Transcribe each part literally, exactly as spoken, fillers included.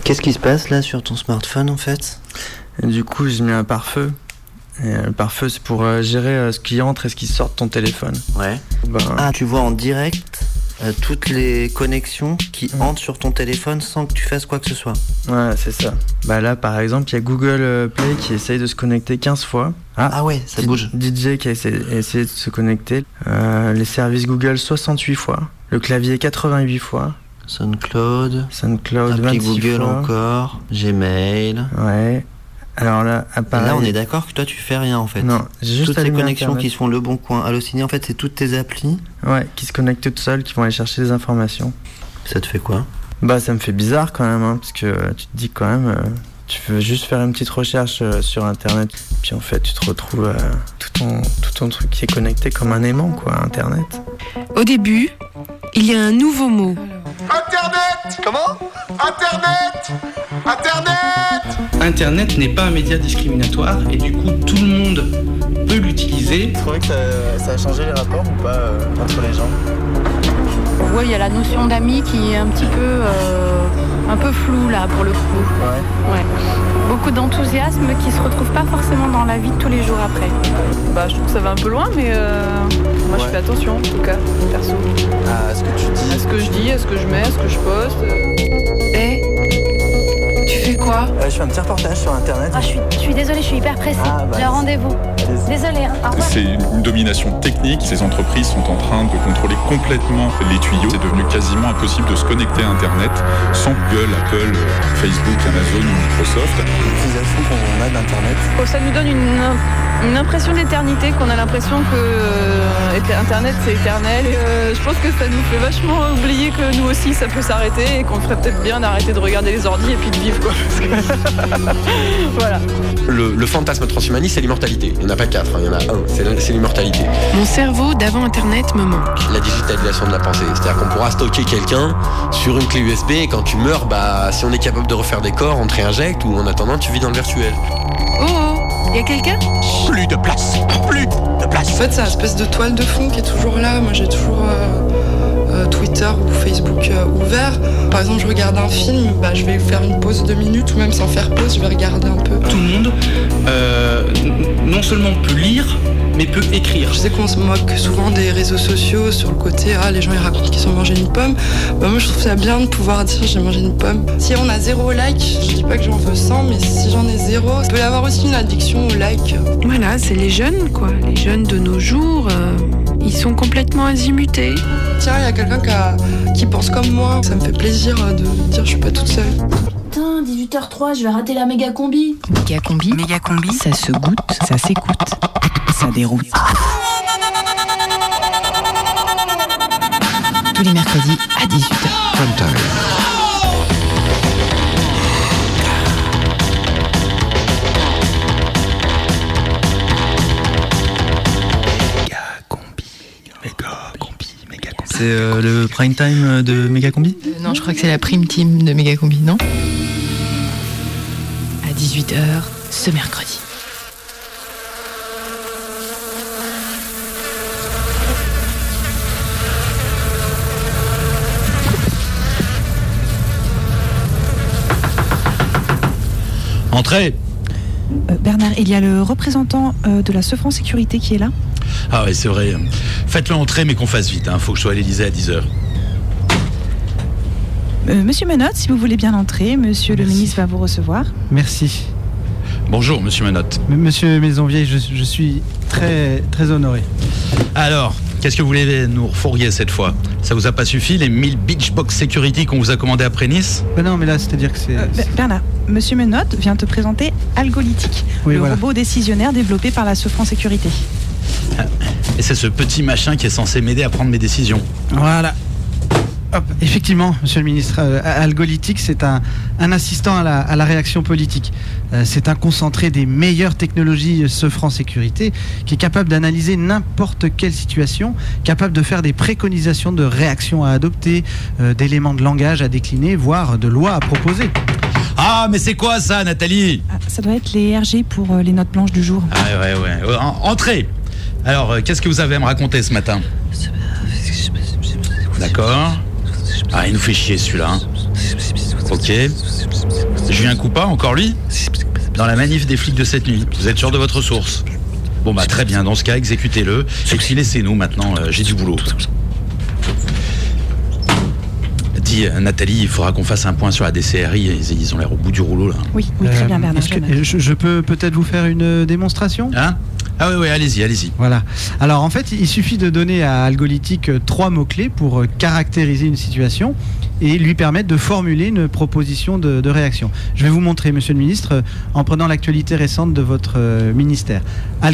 Qu'est-ce qui se passe là sur ton smartphone en fait ? Et du coup, j'ai mis un pare-feu. Et le pare-feu, c'est pour euh, gérer euh, ce qui entre et ce qui sort de ton téléphone. Ouais. Ben, Ah, tu vois en direct euh, toutes les connexions qui mmh. entrent sur ton téléphone sans que tu fasses quoi que ce soit. Ouais, c'est ça. Bah là, par exemple, il y a Google Play qui essaye de se connecter quinze fois. Ah, ah ouais, ça D- bouge. D J qui a essayé, essayé de se connecter. Euh, les services Google soixante-huit fois. Le clavier quatre-vingt-huit fois. SoundCloud. SoundCloud Appli vingt-six Google fois. encore. Gmail. Ouais. Alors là, Et appareil... là, on est d'accord que toi, tu fais rien en fait. Non, j'ai juste toutes ces allumé connexions Internet. qui se font Le Bon Coin, Allociné, en fait, c'est toutes tes applis. Ouais, qui se connectent toutes seules, qui vont aller chercher des informations. Ça te fait quoi ? Bah, ça me fait bizarre quand même, hein, parce que euh, tu te dis quand même, euh, tu veux juste faire une petite recherche euh, sur Internet, puis en fait, tu te retrouves euh, tout ton tout ton truc qui est connecté comme un aimant, quoi, Internet. Au début, il y a un nouveau mot. Internet. Comment ? Internet. Internet. Internet n'est pas un média discriminatoire et du coup tout le monde peut l'utiliser. Vous trouvez que ça, ça a changé les rapports ou pas euh, entre les gens ? Ouais, il y a la notion d'amis qui est un petit peu, euh, un peu floue là pour le coup. Ouais. Ouais. Beaucoup d'enthousiasme qui se retrouve pas forcément dans la vie de tous les jours après. Bah, je trouve que ça va un peu loin, mais euh, moi Ouais. je fais attention en tout cas, perso. Ah, ce que tu dis. À ce que je dis, à ce que je mets, à ce que je poste. Eh, tu fais quoi ? Euh, je fais un petit reportage sur Internet. Ah, je suis, je suis désolée, je suis hyper pressée. Ah, bah, J'ai un rendez-vous. Allez-y. Désolée, hein. Au revoir. C'est une domination technique. Ces entreprises sont en train de contrôler complètement les tuyaux. C'est devenu quasiment impossible de se connecter à Internet sans Google, Apple, Facebook, Amazon ou Microsoft. L'utilisation qu'on a d'Internet. Oh, ça nous donne une, une impression d'éternité, qu'on a l'impression que euh, Internet c'est éternel. Et, euh, je pense que ça nous fait vachement oublier que nous aussi ça peut s'arrêter et qu'on ferait peut-être bien d'arrêter de regarder les ordis et puis de vivre quoi. Parce que... voilà. Le, le fantasme transhumaniste, c'est l'immortalité. Il n'y en a pas quatre, hein, il y en a un, c'est, c'est l'immortalité. Mon cerveau d'avant Internet me manque. La digitalisation de la pensée, c'est-à-dire qu'on pourra stocker quelqu'un sur une clé U S B et quand tu meurs, bah, si on est capable de refaire des corps, on te réinjecte ou en attendant tu vis dans le virtuel. Oh oh, y a quelqu'un ? Plus de place. Plus de place. En fait, c'est une espèce de toile de fond qui est toujours là. Moi, j'ai toujours euh, euh, Twitter ou Facebook euh, ouvert. Par exemple, je regarde un film, bah, je vais faire une pause de minutes ou même sans faire pause, je vais regarder un peu. Tout le monde euh, non seulement peut lire, mais peut écrire. Je sais qu'on se moque souvent des réseaux sociaux sur le côté « Ah, les gens ils racontent qu'ils ont mangé une pomme ». Bah, moi, je trouve ça bien de pouvoir dire « J'ai mangé une pomme ». Si on a zéro like, je dis pas que j'en veux cent, mais si j'en ai zéro, il peut y avoir aussi une addiction au like. Voilà, c'est les jeunes, quoi. Les jeunes de nos jours, euh, ils sont complètement azimutés. Tiens, il y a quelqu'un qui, a, qui pense comme moi. Ça me fait plaisir de dire « Je suis pas toute seule ». Putain, dix-huit heures trois, je vais rater la méga combi. Méga combi, méga combi, ça se goûte, ça s'écoute, ça déroule. Tous les mercredis à dix-huit heures. Prime time. C'est euh, le prime time de Megacombi ? Euh, non, je crois que c'est la prime team de Méga combi, non ? À dix-huit heures, ce mercredi. Entrez. Euh, Bernard, il y a le représentant euh, de la Sofran Sécurité qui est là. Ah ouais, c'est vrai. Faites-le entrer, mais qu'on fasse vite. Hein. Faut que je sois à l'Élysée à dix heures. Euh, Monsieur Menotte, si vous voulez bien entrer, Monsieur Merci. le ministre va vous recevoir. Merci. Bonjour, monsieur Menotte. M- Monsieur Maisonvieille, je, je suis très, très honoré. Alors, qu'est-ce que vous voulez nous refourguer cette fois ? Ça vous a pas suffi, les mille beach box security qu'on vous a commandé après Nice ? Ben non, mais là, c'est-à-dire que c'est... Euh, Ber- Bernard, Monsieur Menotte vient te présenter Algolytique, Oui, le voilà. robot décisionnaire développé par la Sofran Sécurité. Et c'est ce petit machin qui est censé m'aider à prendre mes décisions. Voilà. Hop, effectivement, monsieur le ministre, euh, Algolytique, c'est un, un assistant à la, à la réaction politique. Euh, c'est un concentré des meilleures technologies Sofran Sécurité qui est capable d'analyser n'importe quelle situation, capable de faire des préconisations de réactions à adopter, euh, d'éléments de langage à décliner, voire de lois à proposer. Ah, mais c'est quoi ça, Nathalie ? Ah, ça doit être les R G pour euh, les notes blanches du jour. Ah ouais, ouais. ouais. En- Entrez. Alors, euh, qu'est-ce que vous avez à me raconter ce matin ? D'accord. Ah, il nous fait chier celui-là. Hein. Ok. Julien Coupa, encore lui ? Dans la manif des flics de cette nuit. Vous êtes sûr de votre source ? Bon bah très bien, dans ce cas, exécutez-le. Et puis laissez-nous maintenant, euh, j'ai du boulot. Dis, euh, Nathalie, il faudra qu'on fasse un point sur la D C R I. Ils, ils ont l'air au bout du rouleau là. Oui, oui, très Euh, bien, Bernard. est-ce que- je, je peux peut-être vous faire une démonstration ? Hein ? Ah oui, oui, allez-y, allez-y. Voilà. Alors en fait, il suffit de donner à Algolytique euh, trois mots-clés pour euh, caractériser une situation et lui permettre de formuler une proposition de, de réaction. Je vais vous montrer, monsieur le ministre, euh, en prenant l'actualité récente de votre euh, ministère. Algolytique ?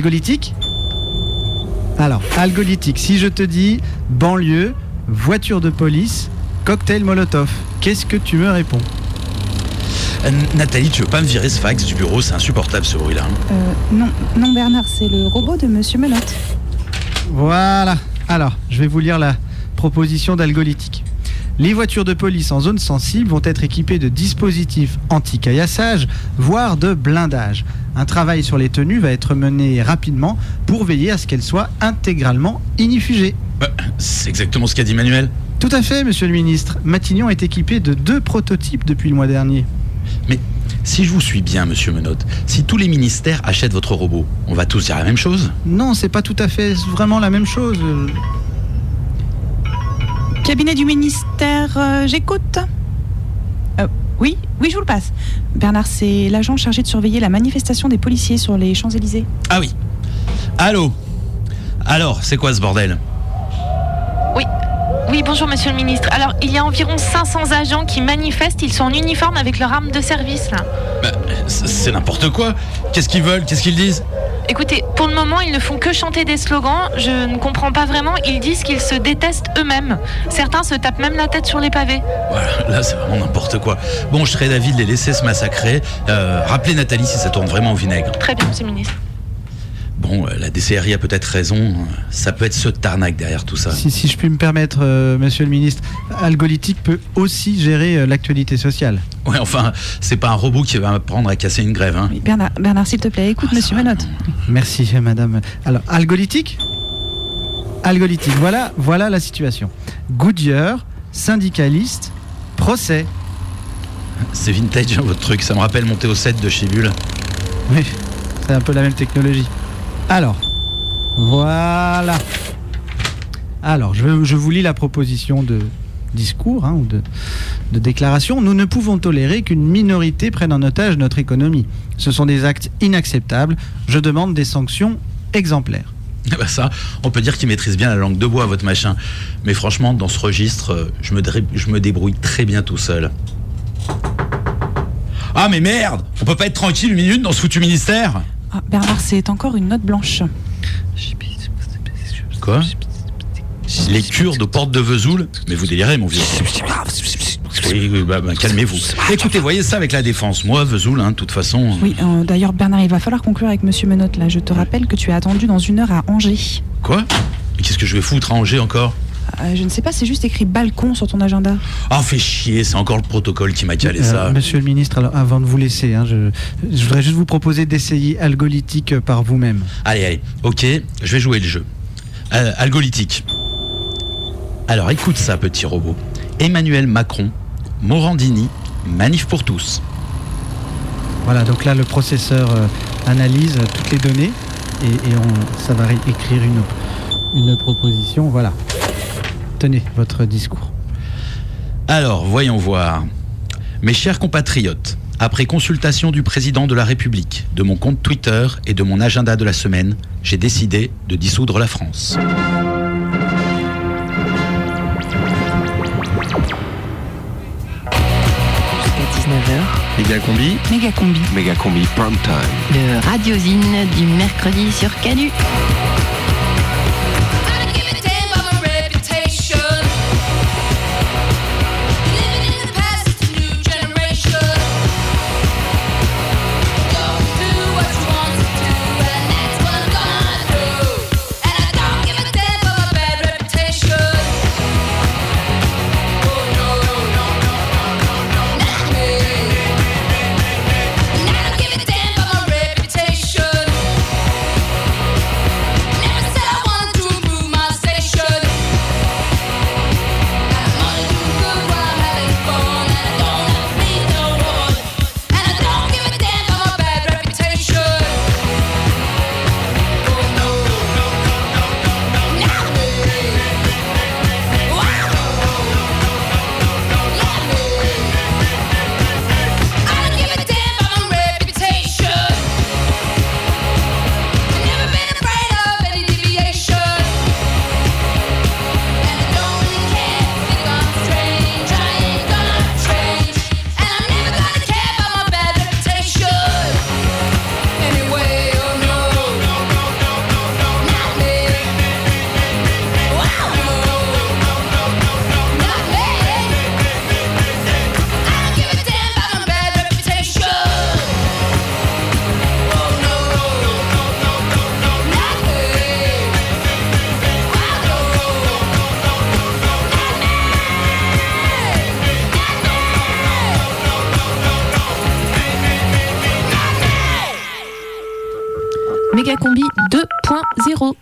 Alors, Algolytique, si je te dis banlieue, voiture de police, cocktail Molotov, qu'est-ce que tu me réponds ? Euh, Nathalie, tu veux pas me virer ce fax du bureau ? C'est insupportable ce bruit-là. hein. Euh, non, non, Bernard, c'est le robot de Monsieur Menotte. Voilà. Alors, je vais vous lire la proposition d'Algolytique. Les voitures de police en zone sensible vont être équipées de dispositifs anti-caillassage, voire de blindage. Un travail sur les tenues va être mené rapidement pour veiller à ce qu'elles soient intégralement inifugées. Bah, c'est exactement ce qu'a dit Manuel. Tout à fait, monsieur le ministre. Matignon est équipé de deux prototypes depuis le mois dernier. Mais si je vous suis bien, monsieur Menotte, si tous les ministères achètent votre robot, on va tous dire la même chose ? Non, c'est pas tout à fait vraiment la même chose. Cabinet du ministère, euh, j'écoute. Euh, oui, oui, je vous le passe. Bernard, c'est l'agent chargé de surveiller la manifestation des policiers sur les Champs-Élysées. Ah oui. Allô ? Alors, c'est quoi ce bordel ? Oui. Oui, bonjour monsieur le ministre. Alors, il y a environ cinq cents agents qui manifestent, ils sont en uniforme avec leur arme de service là. Bah, c'est c'est n'importe quoi. Qu'est-ce qu'ils veulent ? Qu'est-ce qu'ils disent ? Écoutez, pour le moment, ils ne font que chanter des slogans, je ne comprends pas vraiment, ils disent qu'ils se détestent eux-mêmes. Certains se tapent même la tête sur les pavés. Voilà, là c'est vraiment n'importe quoi. Bon, je serais d'avis de les laisser se massacrer. Euh, rappelez Nathalie si ça tourne vraiment au vinaigre. Très bien, monsieur le ministre. Bon, euh, la D C R I a peut-être raison. Ça peut être ce tarnac derrière tout ça. Si, si je puis me permettre, euh, monsieur le ministre, Algolytique peut aussi gérer euh, l'actualité sociale. Ouais, enfin, c'est pas un robot qui va apprendre à casser une grève, hein. Oui, Bernard, Bernard, s'il te plaît, écoute Ah, monsieur ça va, Menotte. Merci, madame. Alors, Algolytique Algolytique, voilà, voilà la situation. Goodyear, syndicaliste, procès. C'est vintage, hein, votre truc. Ça me rappelle mon T O sept de chez Bull. Oui, c'est un peu la même technologie. Alors, voilà. Alors, je, je vous lis la proposition de discours hein, ou de, de déclaration. Nous ne pouvons tolérer qu'une minorité prenne en otage notre économie. Ce sont des actes inacceptables. Je demande des sanctions exemplaires. Ah bah ça, on peut dire qu'il maîtrise bien la langue de bois, votre machin. Mais franchement, dans ce registre, euh, je me, dré- je me débrouille très bien tout seul. Ah mais merde, on peut pas être tranquille une minute dans ce foutu ministère ? Ah, Bernard, c'est encore une note blanche. Quoi ? Les Kurdes aux portes de Vesoul ? Mais vous délirez, mon vieux. Oui, oui, bah, bah, calmez-vous. Écoutez, voyez ça avec la défense. Moi, Vesoul, hein, de toute façon. Oui, euh, d'ailleurs, Bernard, il va falloir conclure avec monsieur Menotte, là. Je te rappelle que tu es attendu dans une heure à Angers. Quoi ? Mais qu'est-ce que je vais foutre à Angers encore ? Euh, je ne sais pas, c'est juste écrit balcon sur ton agenda. Ah, fais chier, c'est encore le protocole qui m'a calé Euh, ça. Monsieur le ministre, alors, avant de vous laisser, hein, je, je voudrais juste vous proposer d'essayer Algolytique par vous-même. Allez, allez, ok, je vais jouer le jeu. Euh, Algolytique. Alors écoute ça, petit robot. Emmanuel Macron, Morandini, Manif pour tous. Voilà, donc là, le processeur euh, analyse euh, toutes les données et, et on, ça va ré- écrire une, une proposition. Voilà. Tenez votre discours. Alors, voyons voir. Mes chers compatriotes, après consultation du président de la République, de mon compte Twitter et de mon agenda de la semaine, j'ai décidé de dissoudre la France. dix-neuf heures. Méga combi. Méga combi. Méga combi prime time. Le radiosine du mercredi sur Canu. Mégacombi deux point zéro.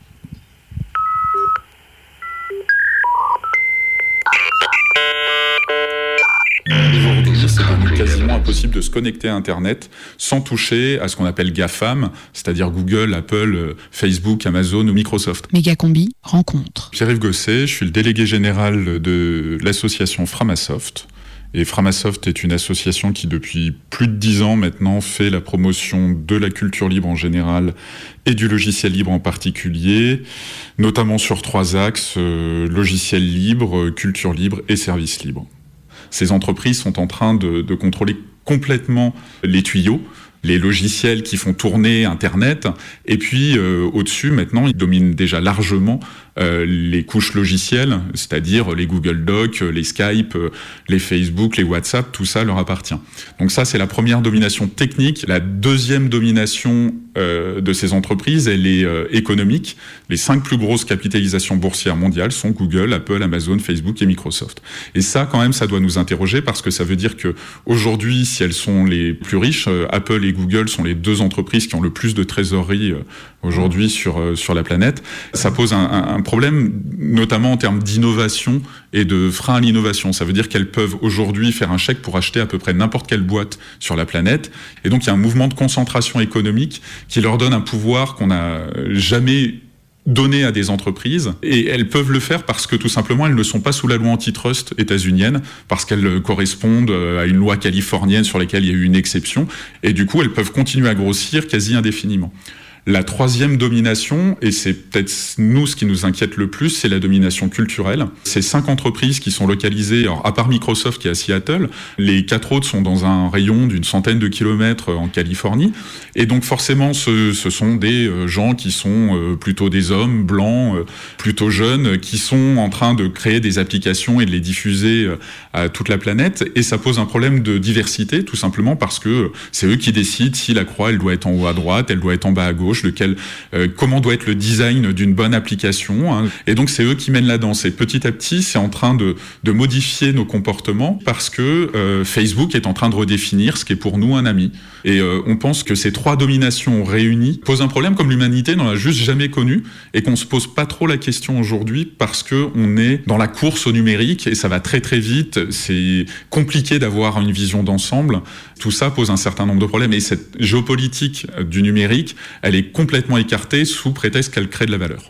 Aujourd'hui, c'est devenu quasiment impossible de se connecter à Internet sans toucher à ce qu'on appelle GAFAM, c'est-à-dire Google, Apple, Facebook, Amazon ou Microsoft. Mégacombi rencontre. Pierre-Yves Gosset, je suis le délégué général de l'association Framasoft. Et Framasoft est une association qui, depuis plus de dix ans maintenant, fait la promotion de la culture libre en général et du logiciel libre en particulier, notamment sur trois axes, euh, logiciel libre, culture libre et services libres. Ces entreprises sont en train de, de contrôler complètement les tuyaux, les logiciels qui font tourner Internet, et puis euh, au-dessus, maintenant, ils dominent déjà largement euh, les couches logicielles, c'est-à-dire les Google Docs, les Skype, euh, les Facebook, les WhatsApp, tout ça leur appartient. Donc ça, c'est la première domination technique. La deuxième domination euh, de ces entreprises, elle est euh, économique. Les cinq plus grosses capitalisations boursières mondiales sont Google, Apple, Amazon, Facebook et Microsoft. Et ça, quand même, ça doit nous interroger parce que ça veut dire que aujourd'hui, si elles sont les plus riches, euh, Apple et Google sont les deux entreprises qui ont le plus de trésorerie euh, aujourd'hui sur euh, sur la planète. Ça pose un, un, un problème, notamment en termes d'innovation et de frein à l'innovation. Ça veut dire qu'elles peuvent aujourd'hui faire un chèque pour acheter à peu près n'importe quelle boîte sur la planète. Et donc, il y a un mouvement de concentration économique qui leur donne un pouvoir qu'on n'a jamais donné à des entreprises, et elles peuvent le faire parce que tout simplement elles ne sont pas sous la loi antitrust états-unienne, parce qu'elles correspondent à une loi californienne sur laquelle il y a eu une exception, et du coup elles peuvent continuer à grossir quasi indéfiniment. La troisième domination, et c'est peut-être nous ce qui nous inquiète le plus, c'est la domination culturelle. Ces cinq entreprises qui sont localisées, alors à part Microsoft qui est à Seattle, les quatre autres sont dans un rayon d'une centaine de kilomètres en Californie. Et donc forcément, ce, ce sont des gens qui sont plutôt des hommes blancs, plutôt jeunes, qui sont en train de créer des applications et de les diffuser à toute la planète. Et ça pose un problème de diversité, tout simplement parce que c'est eux qui décident si la croix, elle doit être en haut à droite, elle doit être en bas à gauche, lequel, euh, comment doit être le design d'une bonne application, hein. Et donc c'est eux qui mènent la danse. Et petit à petit, c'est en train de, de modifier nos comportements parce que euh, Facebook est en train de redéfinir ce qui est pour nous un ami. Et euh, on pense que ces trois dominations réunies posent un problème comme l'humanité n'en a juste jamais connu et qu'on se pose pas trop la question aujourd'hui parce que on est dans la course au numérique et ça va très très vite. C'est compliqué d'avoir une vision d'ensemble. Tout ça pose un certain nombre de problèmes et cette géopolitique du numérique, elle est complètement écartée sous prétexte qu'elle crée de la valeur.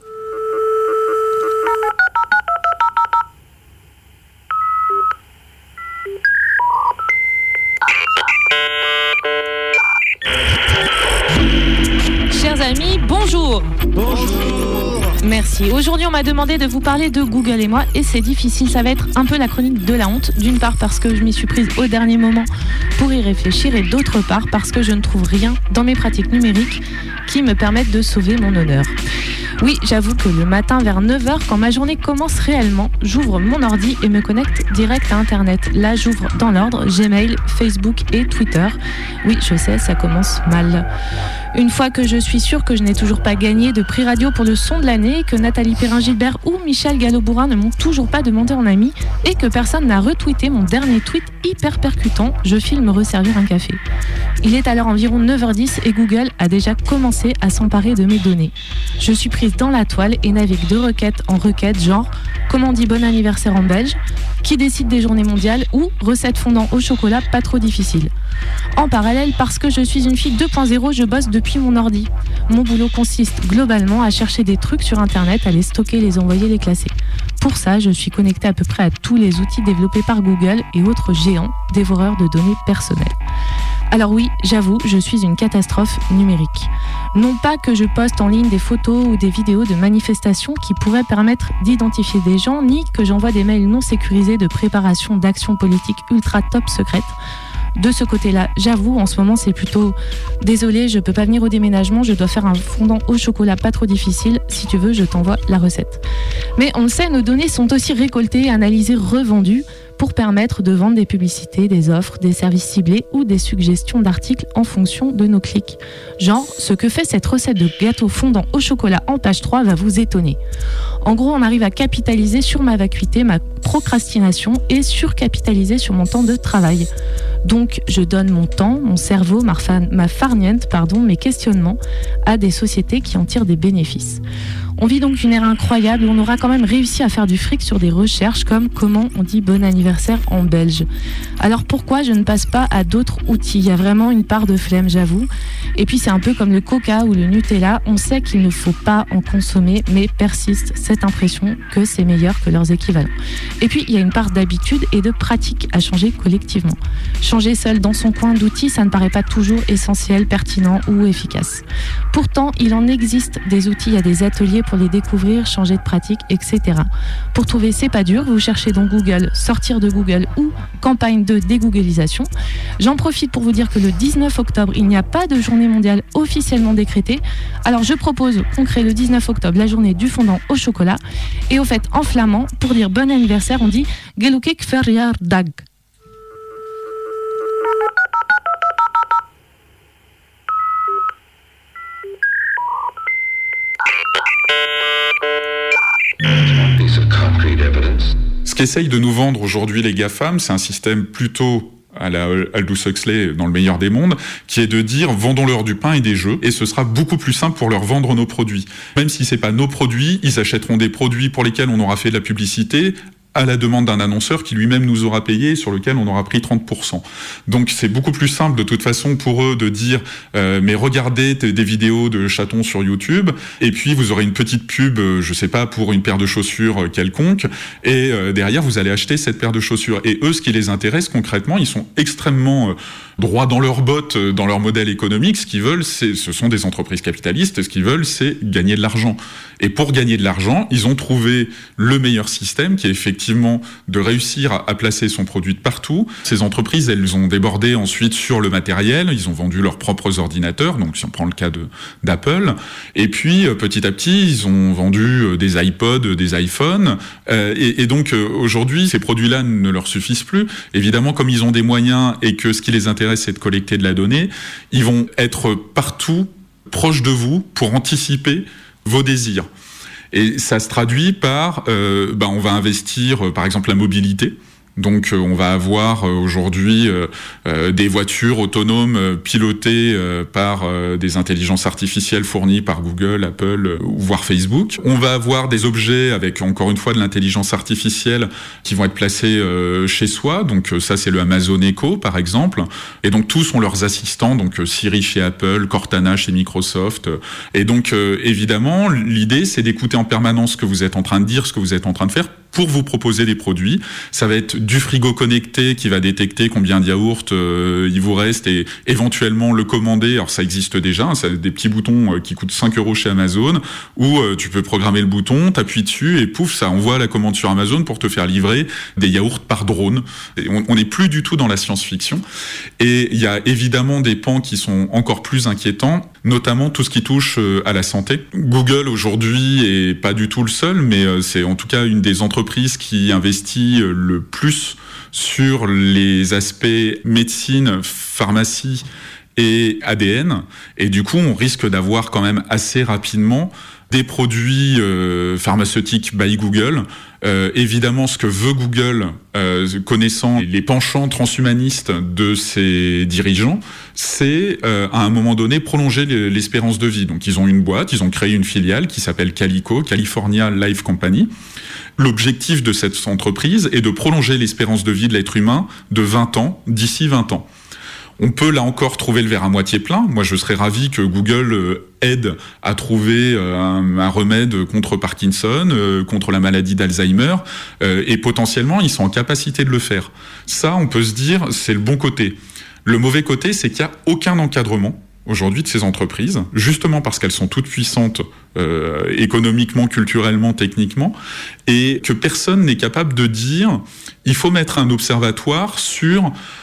Chers amis, bonjour. Bonjour. Merci. Aujourd'hui, on m'a demandé de vous parler de Google et moi, et c'est difficile. Ça va être un peu la chronique de la honte. D'une part parce que je m'y suis prise au dernier moment pour y réfléchir, et d'autre part parce que je ne trouve rien dans mes pratiques numériques qui me permettent de sauver mon honneur. Oui, j'avoue que le matin vers neuf heures, quand ma journée commence réellement, j'ouvre mon ordi et me connecte direct à Internet. Là, j'ouvre dans l'ordre Gmail, Facebook et Twitter. Oui, je sais, ça commence mal. Une fois que je suis sûre que je n'ai toujours pas gagné de prix radio pour le son de l'année, que Nathalie Perrin-Gilbert ou Michel Gallo-Bourrin ne m'ont toujours pas demandé en ami, et que personne n'a retweeté mon dernier tweet hyper percutant, je file me resservir un café. Il est alors environ neuf heures dix et Google a déjà commencé à s'emparer de mes données. Je suis prise dans la toile et navigue de requête en requête, genre comment on dit bon anniversaire en belge, qui décide des journées mondiales ou recette fondant au chocolat pas trop difficile. En parallèle, parce que je suis une fille deux point zéro, je bosse depuis mon ordi. Mon boulot consiste globalement à chercher des trucs sur Internet, à les stocker, les envoyer, les classer. Pour ça, je suis connectée à peu près à tous les outils développés par Google et autres géants dévoreurs de données personnelles. Alors oui, j'avoue, je suis une catastrophe numérique. Non pas que je poste en ligne des photos ou des vidéos de manifestations qui pourraient permettre d'identifier des gens, ni que j'envoie des mails non sécurisés de préparation d'actions politiques ultra top secrètes. De ce côté-là, j'avoue, en ce moment, c'est plutôt « Désolé, je peux pas venir au déménagement, je dois faire un fondant au chocolat pas trop difficile. Si tu veux, je t'envoie la recette. » Mais on le sait, nos données sont aussi récoltées, analysées, revendues pour permettre de vendre des publicités, des offres, des services ciblés ou des suggestions d'articles en fonction de nos clics. Genre, ce que fait cette recette de gâteau fondant au chocolat en page trois va vous étonner. En gros, on arrive à capitaliser sur ma vacuité, ma procrastination et surcapitaliser sur mon temps de travail. Donc, je donne mon temps, mon cerveau, ma, fan, ma farniente, pardon, mes questionnements à des sociétés qui en tirent des bénéfices. On vit donc une ère incroyable où on aura quand même réussi à faire du fric sur des recherches comme comment on dit bon anniversaire en belge. Alors pourquoi je ne passe pas à d'autres outils ? Il y a vraiment une part de flemme, j'avoue. Et puis c'est un peu comme le coca ou le Nutella, on sait qu'il ne faut pas en consommer, mais persiste cette impression que c'est meilleur que leurs équivalents. Et puis il y a une part d'habitude et de pratique à changer collectivement. Changer seul dans son coin d'outils, ça ne paraît pas toujours essentiel, pertinent ou efficace. Pourtant, il en existe des outils, il y a des ateliers pour les découvrir, changer de pratique, et cetera. Pour trouver, c'est pas dur, vous cherchez dans Google, sortir de Google ou campagne de dégooglisation. J'en profite pour vous dire que le dix-neuf octobre, il n'y a pas de journée mondiale officiellement décrétée. Alors je propose qu'on crée le dix-neuf octobre la journée du fondant au chocolat. Et au fait, en flamand, pour dire bon anniversaire, on dit Gelukkig verjaardag. Ce qu'essayent de nous vendre aujourd'hui les GAFAM, c'est un système plutôt à la Aldous Huxley dans le meilleur des mondes, qui est de dire vendons-leur du pain et des jeux, et ce sera beaucoup plus simple pour leur vendre nos produits. Même si c'est pas nos produits, ils achèteront des produits pour lesquels on aura fait de la publicité, à la demande d'un annonceur qui lui-même nous aura payé et sur lequel on aura pris trente pour cent. Donc c'est beaucoup plus simple de toute façon pour eux de dire euh, mais regardez t- des vidéos de chatons sur YouTube et puis vous aurez une petite pub, euh, je sais pas, pour une paire de chaussures euh, quelconque et euh, derrière vous allez acheter cette paire de chaussures. Et eux, ce qui les intéresse concrètement, ils sont extrêmement euh, droits dans leurs bottes, euh, dans leur modèle économique. Ce qu'ils veulent, c'est, ce sont des entreprises capitalistes, ce qu'ils veulent, c'est gagner de l'argent. Et pour gagner de l'argent, ils ont trouvé le meilleur système qui est effectivement de réussir à placer son produit de partout. Ces entreprises, elles ont débordé ensuite sur le matériel, ils ont vendu leurs propres ordinateurs, donc si on prend le cas de, d'Apple, et puis petit à petit, ils ont vendu des iPods, des iPhones, euh, et, et donc aujourd'hui, ces produits-là ne leur suffisent plus. Évidemment, comme ils ont des moyens et que ce qui les intéresse, c'est de collecter de la donnée, ils vont être partout, proches de vous, pour anticiper vos désirs. Et ça se traduit par, euh, bah, on va investir, euh, par exemple, la mobilité. Donc, euh, on va avoir euh, aujourd'hui euh, euh, des voitures autonomes euh, pilotées euh, par euh, des intelligences artificielles fournies par Google, Apple, euh, voire Facebook. On va avoir des objets avec, encore une fois, de l'intelligence artificielle qui vont être placés euh, chez soi. Donc, euh, ça, c'est le Amazon Echo, par exemple. Et donc, tous ont leurs assistants. Donc, euh, Siri chez Apple, Cortana chez Microsoft. Et donc, euh, évidemment, l'idée, c'est d'écouter en permanence ce que vous êtes en train de dire, ce que vous êtes en train de faire, pour vous proposer des produits. Ça va être du frigo connecté qui va détecter combien de yaourts euh, il vous reste et éventuellement le commander. Alors ça existe déjà, hein, ça a des petits boutons euh, qui coûtent cinq euros chez Amazon où euh, tu peux programmer le bouton, t'appuies dessus et pouf, ça envoie la commande sur Amazon pour te faire livrer des yaourts par drone. Et on n'est plus du tout dans la science-fiction. Et il y a évidemment des pans qui sont encore plus inquiétants, notamment tout ce qui touche euh, à la santé. Google aujourd'hui est pas du tout le seul, mais euh, c'est en tout cas une des entreprises qui investit le plus sur les aspects médecine, pharmacie et A D N. Et du coup, on risque d'avoir quand même assez rapidement des produits euh, pharmaceutiques by Google. Euh, évidemment, ce que veut Google, euh, connaissant les penchants transhumanistes de ses dirigeants, c'est euh, à un moment donné prolonger l'espérance de vie. Donc ils ont une boîte, ils ont créé une filiale qui s'appelle Calico, California Life Company. L'objectif de cette entreprise est de prolonger l'espérance de vie de l'être humain de vingt ans, d'ici vingt ans. On peut là encore trouver le verre à moitié plein. Moi, je serais ravi que Google aide à trouver un, un remède contre Parkinson, euh, contre la maladie d'Alzheimer, euh, et potentiellement, ils sont en capacité de le faire. Ça, on peut se dire, c'est le bon côté. Le mauvais côté, c'est qu'il n'y a aucun encadrement aujourd'hui de ces entreprises, justement parce qu'elles sont toutes puissantes euh, économiquement, culturellement, techniquement, et que personne n'est capable de dire il faut mettre un observatoire sur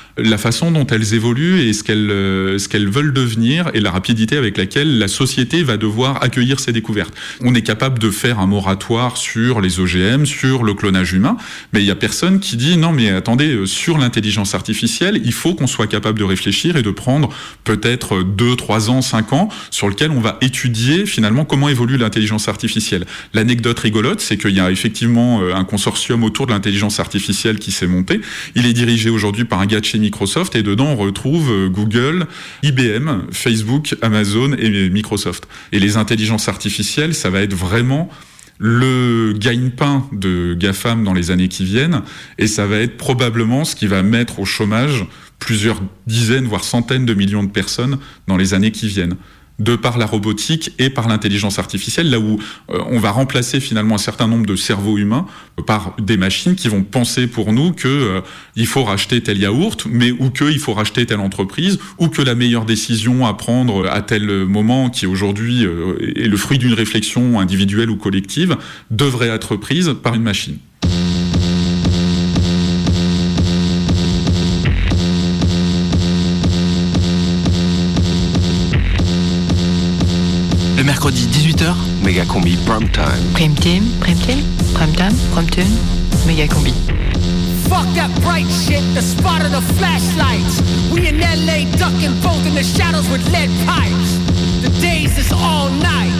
la façon dont elles évoluent et ce qu'elles, euh, ce qu'elles veulent devenir et la rapidité avec laquelle la société va devoir accueillir ces découvertes. On est capable de faire un moratoire sur les O G M, sur le clonage humain, mais il y a personne qui dit non mais attendez, sur l'intelligence artificielle, il faut qu'on soit capable de réfléchir et de prendre peut-être deux, trois ans, cinq ans sur lequel on va étudier finalement comment évolue l'intelligence artificielle. L'anecdote rigolote, c'est qu'il y a effectivement un consortium autour de l'intelligence artificielle qui s'est monté. Il est dirigé aujourd'hui par un gars de chez Microsoft et dedans on retrouve Google, I B M, Facebook, Amazon et Microsoft. Et les intelligences artificielles, ça va être vraiment le gagne-pain de GAFAM dans les années qui viennent et ça va être probablement ce qui va mettre au chômage plusieurs dizaines voire centaines de millions de personnes dans les années qui viennent, de par la robotique et par l'intelligence artificielle, là où euh, on va remplacer finalement un certain nombre de cerveaux humains par des machines qui vont penser pour nous que euh, il faut racheter tel yaourt, mais ou que il faut racheter telle entreprise, ou que la meilleure décision à prendre à tel moment, qui aujourd'hui euh, est le fruit d'une réflexion individuelle ou collective, devrait être prise par une machine. Le mercredi dix-huit heures, Méga Combi Prime Time. Prime Time, Prime Time, Prime Time, Prime Time, Méga Combi. Fuck that bright shit, the spot of the flashlights. We in L A ducking both in the shadows with lead pipes. The days is all night.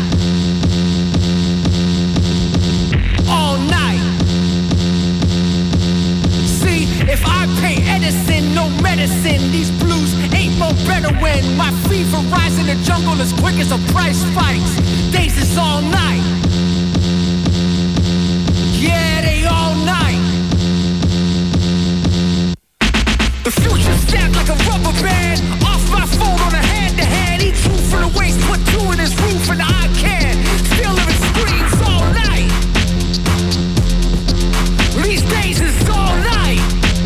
All night. See, if I pay Edison, no medicine, these blues ain't more better when my fever rise in the jungle as quick as the price spikes. Days is all night. Yeah, they all night. The future stacked like a rubber band. Off my phone on a hand-to-hand. Eat two from the waist, put two in his roof and I can. Still living screens all night. These days is all night.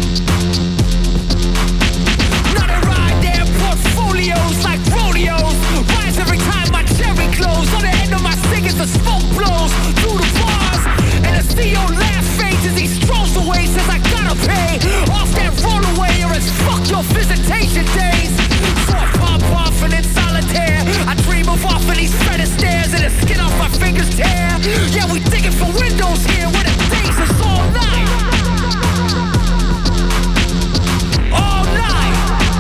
Not a ride there, portfolios like rodeos. Rise every time my cherry close. On the end of my cigarettes, the smoke blows through the bars. And the C E O laugh fades as he strolls away. Says I gotta pay off that rollaway or it's fuck your visitation days. So I pop off and in solitaire I dream of off of these Freddy stairs and the skin off my fingers tear. Yeah, we digging for windows here where the days is all night. All night.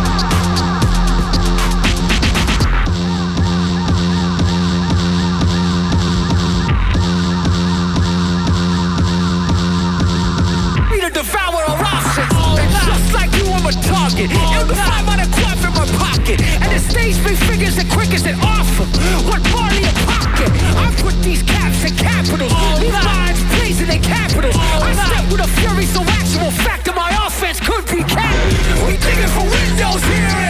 We to devour our options. And just like you, I'm a target. Ill defined by the quaff in my pocket. And the stage big figures the quickest and awesome. What barley a pocket? I put these caps in capitals. These lines blazing in capitals. I step with a fury so actual fact that my offense could be capped. We digging for windows here.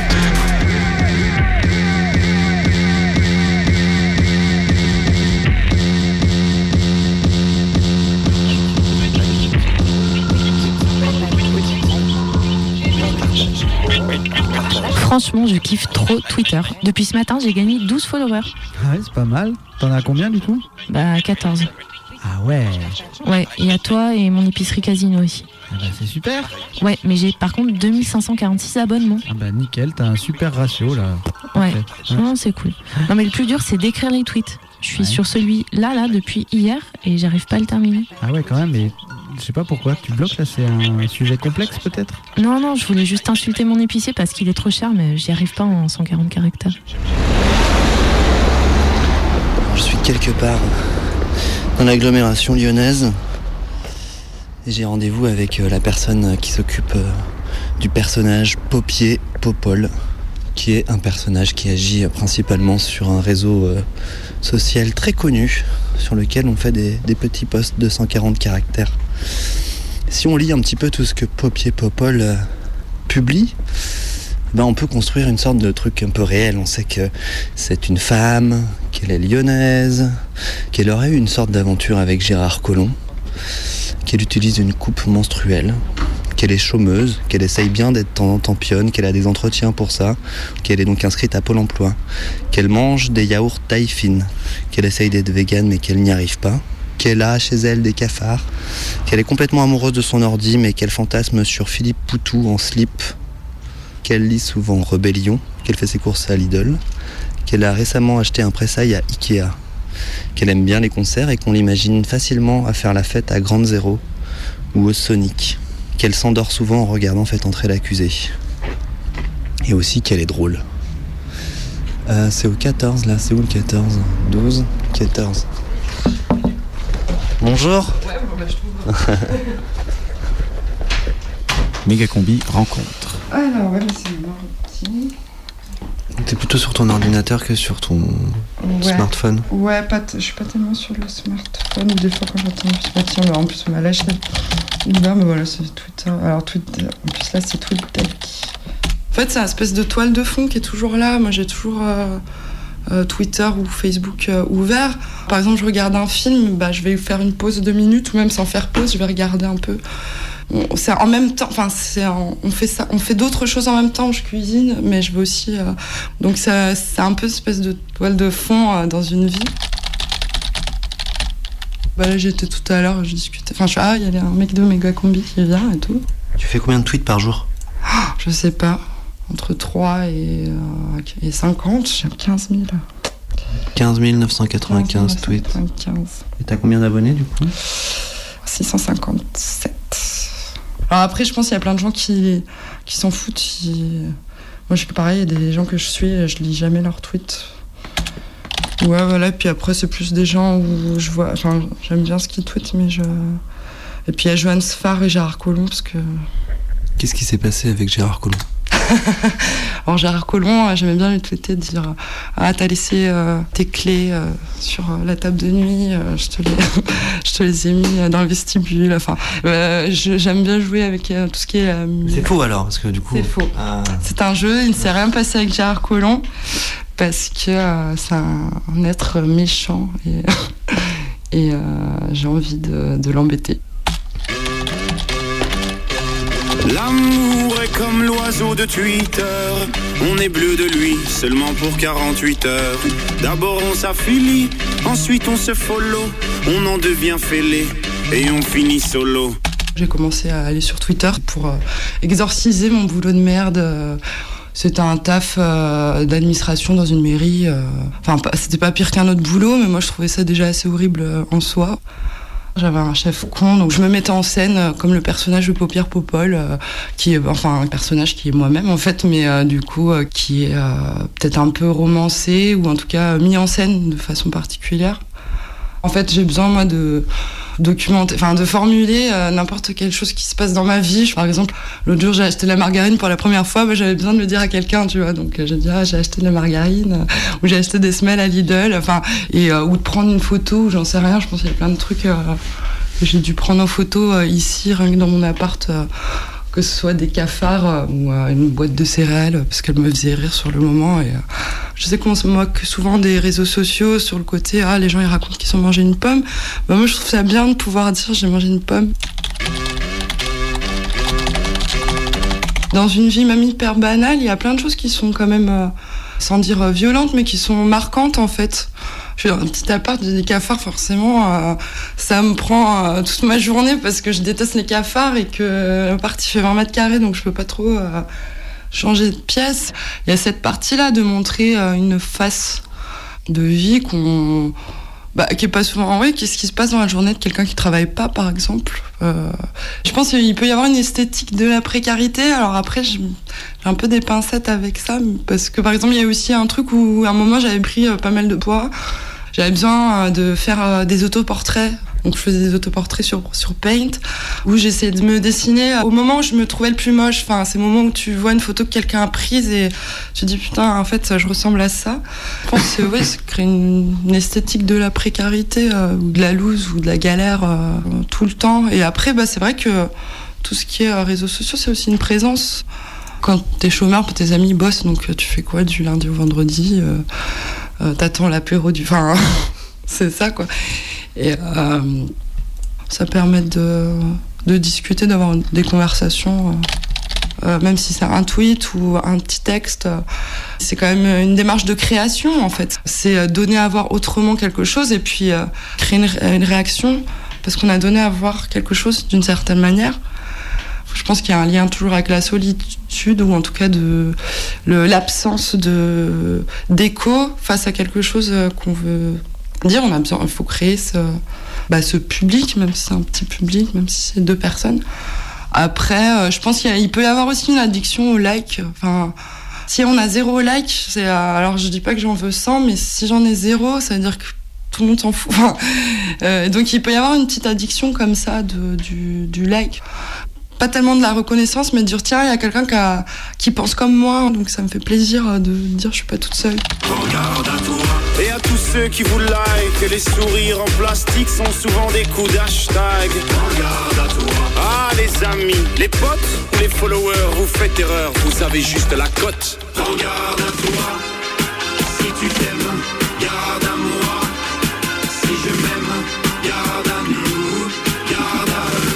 Franchement, je kiffe trop Twitter. Depuis ce matin, j'ai gagné douze followers. Ah ouais, c'est pas mal. T'en as combien du coup? Bah, quatorze. Ah ouais. Ouais, et à toi et mon épicerie Casino aussi. Ah bah c'est super. Ouais, mais j'ai par contre deux mille cinq cent quarante-six abonnements. Ah bah nickel, t'as un super ratio là. Ouais, Parfait. non, c'est cool. Non, mais le plus dur, c'est d'écrire les tweets. Je suis Ouais. sur celui-là, là, depuis hier, et j'arrive pas à le terminer. Ah ouais, quand même, mais je sais pas pourquoi tu bloques là, c'est un sujet complexe peut-être? Non, non, je voulais juste insulter mon épicier parce qu'il est trop cher, mais j'y arrive pas en cent quarante caractères. Je suis quelque part dans l'agglomération lyonnaise et j'ai rendez-vous avec la personne qui s'occupe du personnage Popier Popol, qui est un personnage qui agit principalement sur un réseau social très connu sur lequel on fait des, des petits posts de cent quarante caractères. Si on lit un petit peu tout ce que Popier Popol euh, publie, ben on peut construire une sorte de truc un peu réel. On sait que c'est une femme, qu'elle est lyonnaise, qu'elle aurait eu une sorte d'aventure avec Gérard Collomb, qu'elle utilise une coupe menstruelle, qu'elle est chômeuse, qu'elle essaye bien d'être de temps en temps pionne, qu'elle a des entretiens pour ça, qu'elle est donc inscrite à Pôle emploi, qu'elle mange des yaourts taille fine, qu'elle essaye d'être végane mais qu'elle n'y arrive pas, qu'elle a chez elle des cafards, qu'elle est complètement amoureuse de son ordi mais qu'elle fantasme sur Philippe Poutou en slip, qu'elle lit souvent Rebellion, qu'elle fait ses courses à Lidl, qu'elle a récemment acheté un pressail à Ikea, qu'elle aime bien les concerts et qu'on l'imagine facilement à faire la fête à Grande Zéro ou au Sonic, qu'elle s'endort souvent en regardant Faites entrer l'accusé. Et aussi qu'elle est drôle. Euh, c'est au quatorze là, c'est où le quatorze ? douze, quatorze. Bonjour. Ouais, bon, bah, je trouve. Mégacombi rencontre. Alors, ouais, mais c'est mardi. T'es plutôt sur ton ordinateur que sur ton ouais. smartphone. Ouais, pas t- je suis pas tellement sur le smartphone. Des fois, quand j'attends, je me tiens, en plus, on m'a lâché. Là, mais voilà, c'est Twitter. Alors, Twitter. En plus, là, c'est Twitter. En fait, c'est une espèce de toile de fond qui est toujours là. Moi, j'ai toujours euh, euh, Twitter ou Facebook euh, ouvert. Par exemple, je regarde un film, bah, je vais faire une pause de deux minutes, ou même sans faire pause, je vais regarder un peu. On, c'est en même temps, enfin, c'est en, on fait ça, on fait d'autres choses en même temps. Je cuisine, mais je veux aussi. Euh, donc, ça, c'est un peu une espèce de toile de fond euh, dans une vie. Bah là, j'étais tout à l'heure, je discutais. Enfin, je suis, ah, il y a un mec de Mégacombi qui vient et tout. Tu fais combien de tweets par jour ? Je sais pas. Entre trois et, euh, et cinquante, j'ai quinze mille. quinze mille neuf cent quatre-vingt-quinze tweets. quatre-vingt-quinze. Et t'as combien d'abonnés du coup ? six cent cinquante-sept. Alors après, je pense qu'il y a plein de gens qui, qui s'en foutent. Qui... Moi, je fais pareil, il y a des gens que je suis, je lis jamais leurs tweets. Ouais, voilà, puis après, c'est plus des gens où je vois. Enfin, j'aime bien ce qu'ils tweetent, mais je. Et puis il y a Johan Sfar et Gérard Collomb, parce que. Qu'est-ce qui s'est passé avec Gérard Collomb ? Alors Gérard Collomb, j'aimais bien lui tweeter, dire ah t'as laissé euh, tes clés euh, sur euh, la table de nuit, euh, je te les, je te les ai mis dans le vestibule. Enfin, euh, je, j'aime bien jouer avec euh, tout ce qui est. Euh, c'est faux alors parce que du coup. C'est faux. Ah. C'est un jeu, il ne s'est rien passé avec Gérard Collomb parce que euh, c'est un, un être méchant et, et euh, j'ai envie de, de l'embêter. L'amour est comme l'oiseau de Twitter. On est bleu de lui seulement pour quarante-huit heures. D'abord on s'affilie, ensuite on se follow. On en devient fêlé et on finit solo. J'ai commencé à aller sur Twitter pour euh, exorciser mon boulot de merde. C'était un taf euh, d'administration dans une mairie. Euh... Enfin, c'était pas pire qu'un autre boulot, mais moi je trouvais ça déjà assez horrible euh, en soi. J'avais un chef con, donc je me mettais en scène euh, comme le personnage de Paupière Popol, euh, qui est, enfin, un personnage qui est moi-même en fait, mais euh, du coup euh, qui est euh, peut-être un peu romancé ou en tout cas mis en scène de façon particulière. En fait, j'ai besoin moi de documenter, enfin de formuler euh, n'importe quelle chose qui se passe dans ma vie. Par exemple, l'autre jour j'ai acheté de la margarine pour la première fois, bah, j'avais besoin de le dire à quelqu'un, tu vois. Donc euh, j'ai dit ah j'ai acheté de la margarine, euh, ou j'ai acheté des semelles à Lidl, enfin et euh, ou de prendre une photo, ou j'en sais rien. Je pense qu'il y a plein de trucs euh, que j'ai dû prendre en photo euh, ici, rien que dans mon appart. Euh, que ce soit des cafards euh, ou euh, une boîte de céréales, parce qu'elle me faisait rire sur le moment. Et, euh, je sais qu'on se moque souvent des réseaux sociaux sur le côté « Ah, les gens ils racontent qu'ils ont mangé une pomme ». Bah, moi, je trouve ça bien de pouvoir dire « J'ai mangé une pomme ». Dans une vie même hyper banale, il y a plein de choses qui sont quand même, euh, sans dire euh, violentes, mais qui sont marquantes en fait. Je suis dans un petit appart, j'ai des cafards, forcément, euh, ça me prend euh, toute ma journée parce que je déteste les cafards et que l'appart il fait vingt mètres carrés, donc je peux pas trop euh, changer de pièce. Il y a cette partie-là de montrer euh, une face de vie qu'on, bah, qui est pas souvent en vrai. Qu'est-ce qui se passe dans la journée de quelqu'un qui travaille pas, par exemple. Euh, je pense qu'il peut y avoir une esthétique de la précarité. Alors après, j'ai un peu des pincettes avec ça, parce que par exemple, il y a aussi un truc où à un moment j'avais pris euh, pas mal de poids. J'avais besoin de faire des autoportraits. Donc je faisais des autoportraits sur, sur Paint, où j'essayais de me dessiner au moment où je me trouvais le plus moche. Enfin, c'est le moment où tu vois une photo que quelqu'un a prise et tu te dis putain, en fait, je ressemble à ça. Je pense que ouais, ça crée une, une esthétique de la précarité, euh, ou de la loose, ou de la galère euh, tout le temps. Et après, bah, c'est vrai que tout ce qui est euh, réseaux sociaux, c'est aussi une présence. Quand t'es chômeur, tes amis bossent, donc tu fais quoi du lundi au vendredi euh, euh, t'attends l'apéro du... Enfin, c'est ça, quoi. Et euh, ça permet de, de discuter, d'avoir des conversations. euh, même si c'est un tweet ou un petit texte. Euh, c'est quand même une démarche de création, en fait. C'est donner à voir autrement quelque chose et puis euh, créer une, une réaction parce qu'on a donné à voir quelque chose d'une certaine manière. Je pense qu'il y a un lien toujours avec la solitude ou en tout cas de le, l'absence de d'écho face à quelque chose qu'on veut dire. On a besoin, il faut créer ce, bah, ce public, même si c'est un petit public, même si c'est deux personnes. Après, euh, je pense qu'il y a, il peut y avoir aussi une addiction au like. Enfin, si on a zéro like, c'est euh, alors je dis pas que j'en veux cent, mais si j'en ai zéro, ça veut dire que tout le monde s'en fout. Enfin, euh, donc il peut y avoir une petite addiction comme ça de, du, du like. Pas tellement de la reconnaissance, mais de dire tiens, il y a quelqu'un qui, a, qui pense comme moi, donc ça me fait plaisir de dire je suis pas toute seule. Regarde à toi. Et à tous ceux qui vous like, les sourires en plastique sont souvent des coups d'hashtag. Regarde à toi. Ah les amis, les potes ou les followers, vous faites erreur, vous avez juste la cote. Regarde à toi. Si tu t'aimes, garde à moi. Si je m'aime, garde à nous. Garde à eux.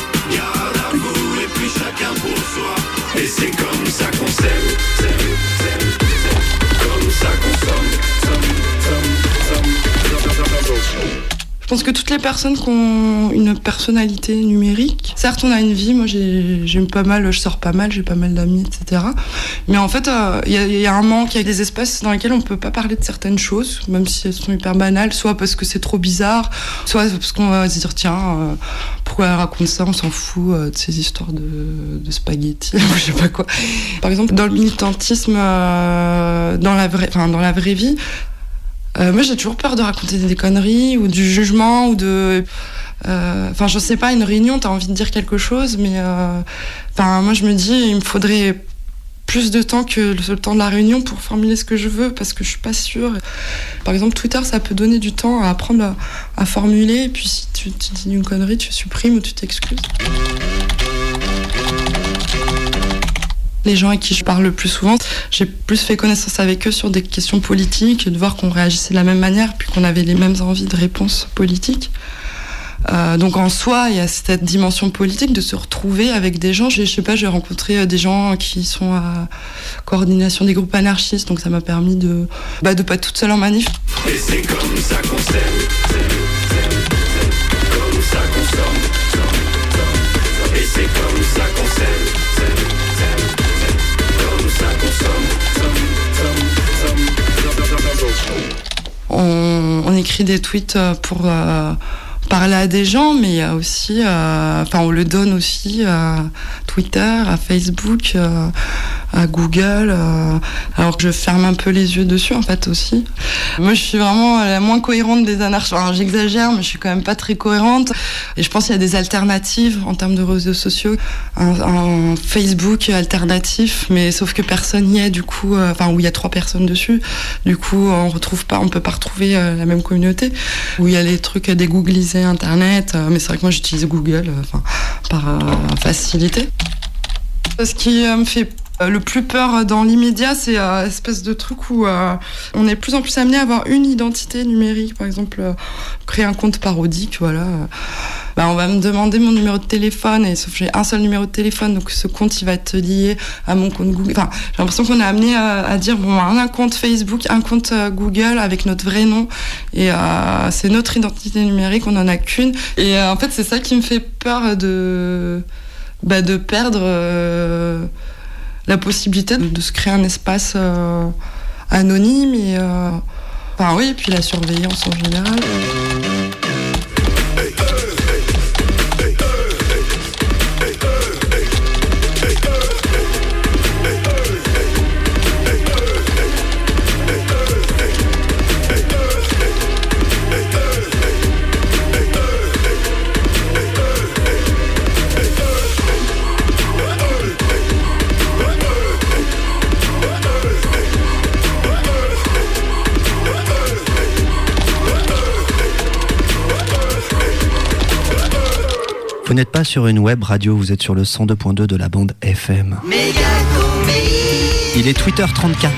Chacun pour soi, et c'est comme ça qu'on s'aime, s'aime, s'aime, s'aime, comme ça qu'on somme, somme, somme, somme, somme, somme. Je pense que toutes les personnes qui ont une personnalité numérique, certes on a une vie, moi j'ai, j'aime pas mal, je sors pas mal, j'ai pas mal d'amis, et cetera. Mais en fait, il euh, y, y a un manque, il y a des espaces dans lesquels on peut pas parler de certaines choses, même si elles sont hyper banales, soit parce que c'est trop bizarre, soit parce qu'on va se dire tiens, euh, pourquoi elle raconte ça, on s'en fout euh, de ces histoires de, de spaghettis, je sais pas quoi. Par exemple, dans le militantisme, euh, dans la vraie, enfin dans la vraie vie. Euh, moi, j'ai toujours peur de raconter des conneries ou du jugement ou de. Enfin, euh, je sais pas, une réunion, t'as envie de dire quelque chose, mais. Enfin, euh, moi, je me dis, il me faudrait plus de temps que le temps de la réunion pour formuler ce que je veux, parce que je suis pas sûre. Par exemple, Twitter, ça peut donner du temps à apprendre à, à formuler, et puis si tu, tu dis une connerie, tu supprimes ou tu t'excuses. Les gens avec qui je parle le plus souvent, j'ai plus fait connaissance avec eux sur des questions politiques, de voir qu'on réagissait de la même manière, puis qu'on avait les mêmes envies de réponses politiques. Euh, donc en soi, il y a cette dimension politique de se retrouver avec des gens. Je, je sais pas, j'ai rencontré des gens qui sont à coordination des groupes anarchistes, donc ça m'a permis de bah, de pas être toute seule en manif. Et c'est comme ça qu'on s'aime, comme ça qu'on somme, et c'est comme ça qu'on s'aime. On, on écrit des tweets pour euh, parler à des gens, mais il y a aussi, enfin, euh, on le donne aussi à Twitter, à Facebook, euh, à Google, euh, alors que je ferme un peu les yeux dessus, en fait, aussi. Moi, je suis vraiment la moins cohérente des anarchistes. Enfin, j'exagère, mais je suis quand même pas très cohérente. Et je pense qu'il y a des alternatives en termes de réseaux sociaux. Un, un Facebook alternatif, mais sauf que personne n'y est, du coup, euh, enfin, où il y a trois personnes dessus. Du coup, on retrouve pas, on peut pas retrouver euh, la même communauté. Où il y a les trucs à dégoogliser Internet, euh, mais c'est vrai que moi, j'utilise Google, enfin, euh, par euh, facilité. Ce qui euh, me fait le plus peur dans l'immédiat, c'est euh, espèce de truc où euh, on est de plus en plus amené à avoir une identité numérique. Par exemple, euh, créer un compte parodique, voilà. Euh, bah, on va me demander mon numéro de téléphone, et sauf que j'ai un seul numéro de téléphone, donc ce compte, il va être lié à mon compte Google. Enfin, j'ai l'impression qu'on est amené à, à dire, bon, on a un compte Facebook, un compte euh, Google avec notre vrai nom, et euh, c'est notre identité numérique, on n'en a qu'une. Et euh, en fait, c'est ça qui me fait peur de, bah, de perdre... Euh, la possibilité de, de se créer un espace euh, anonyme et euh, enfin oui, et puis la surveillance en général. Vous n'êtes pas sur une web radio, vous êtes sur le cent deux point deux de la bande F M. Il est Twitter trente-quatre.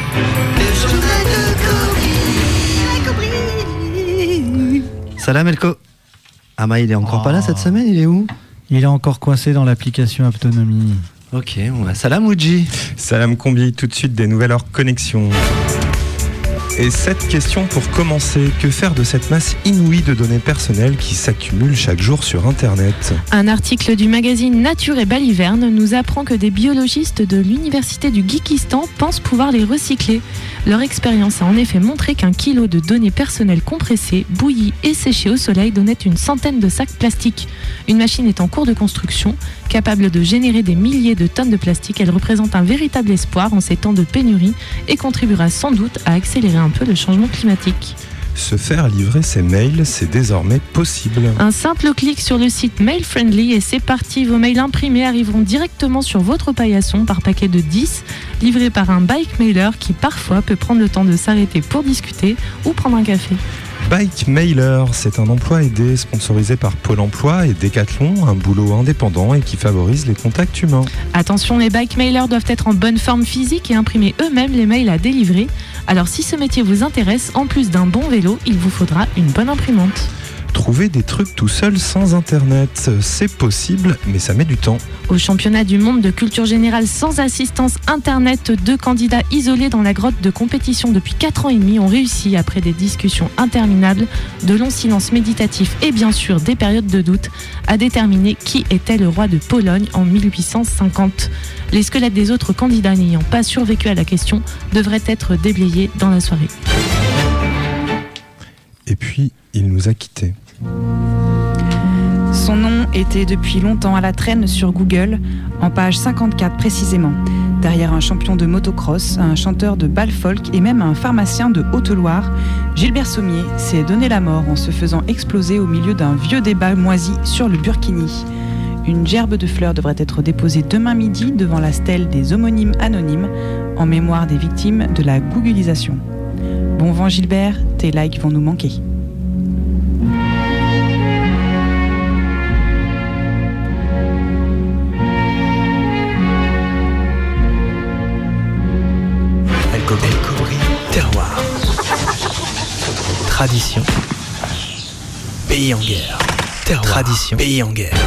Salam Elko. Ah bah il est encore oh. pas là cette semaine, il est où? Il est encore coincé dans l'application Aptonomie. Ok, on va salam Uji. Salam Combi, tout de suite des nouvelles hors connexion. Et cette question pour commencer, que faire de cette masse inouïe de données personnelles qui s'accumulent chaque jour sur Internet ? Un article du magazine Nature et Baliverne nous apprend que des biologistes de l'université du Geekistan pensent pouvoir les recycler. Leur expérience a en effet montré qu'un kilo de données personnelles compressées, bouillies et séchées au soleil donnait une centaine de sacs plastiques. Une machine est en cours de construction, capable de générer des milliers de tonnes de plastique. Elle représente un véritable espoir en ces temps de pénurie et contribuera sans doute à accélérer un peu le changement climatique. Se faire livrer ses mails, c'est désormais possible. Un simple clic sur le site Mail Friendly et c'est parti. Vos mails imprimés arriveront directement sur votre paillasson par paquet de dix, livrés par un bike mailer qui parfois peut prendre le temps de s'arrêter pour discuter ou prendre un café. Bike Mailer, c'est un emploi aidé sponsorisé par Pôle emploi et Decathlon, un boulot indépendant et qui favorise les contacts humains. Attention, les bike mailers doivent être en bonne forme physique et imprimer eux-mêmes les mails à délivrer. Alors si ce métier vous intéresse, en plus d'un bon vélo, il vous faudra une bonne imprimante. Trouver des trucs tout seul sans internet, c'est possible, mais ça met du temps. Au championnat du monde de culture générale sans assistance internet, deux candidats isolés dans la grotte de compétition depuis quatre ans et demi ont réussi, après des discussions interminables, de longs silences méditatifs et bien sûr des périodes de doute, à déterminer qui était le roi de Pologne en mille huit cent cinquante. Les squelettes des autres candidats n'ayant pas survécu à la question devraient être déblayés dans la soirée. Et puis, il nous a quittés. Son nom était depuis longtemps à la traîne sur Google, en page cinquante-quatre précisément. Derrière un champion de motocross, un chanteur de bal folk et même un pharmacien de Haute-Loire, Gilbert Sommier s'est donné la mort en se faisant exploser au milieu d'un vieux débat moisi sur le Burkini. Une gerbe de fleurs devrait être déposée demain midi devant la stèle des homonymes anonymes en mémoire des victimes de la googlisation. Bon vent Gilbert, tes likes vont nous manquer. Elcobri, terroir. Tradition. Pays en guerre. Terroir. Tradition. Pays en guerre.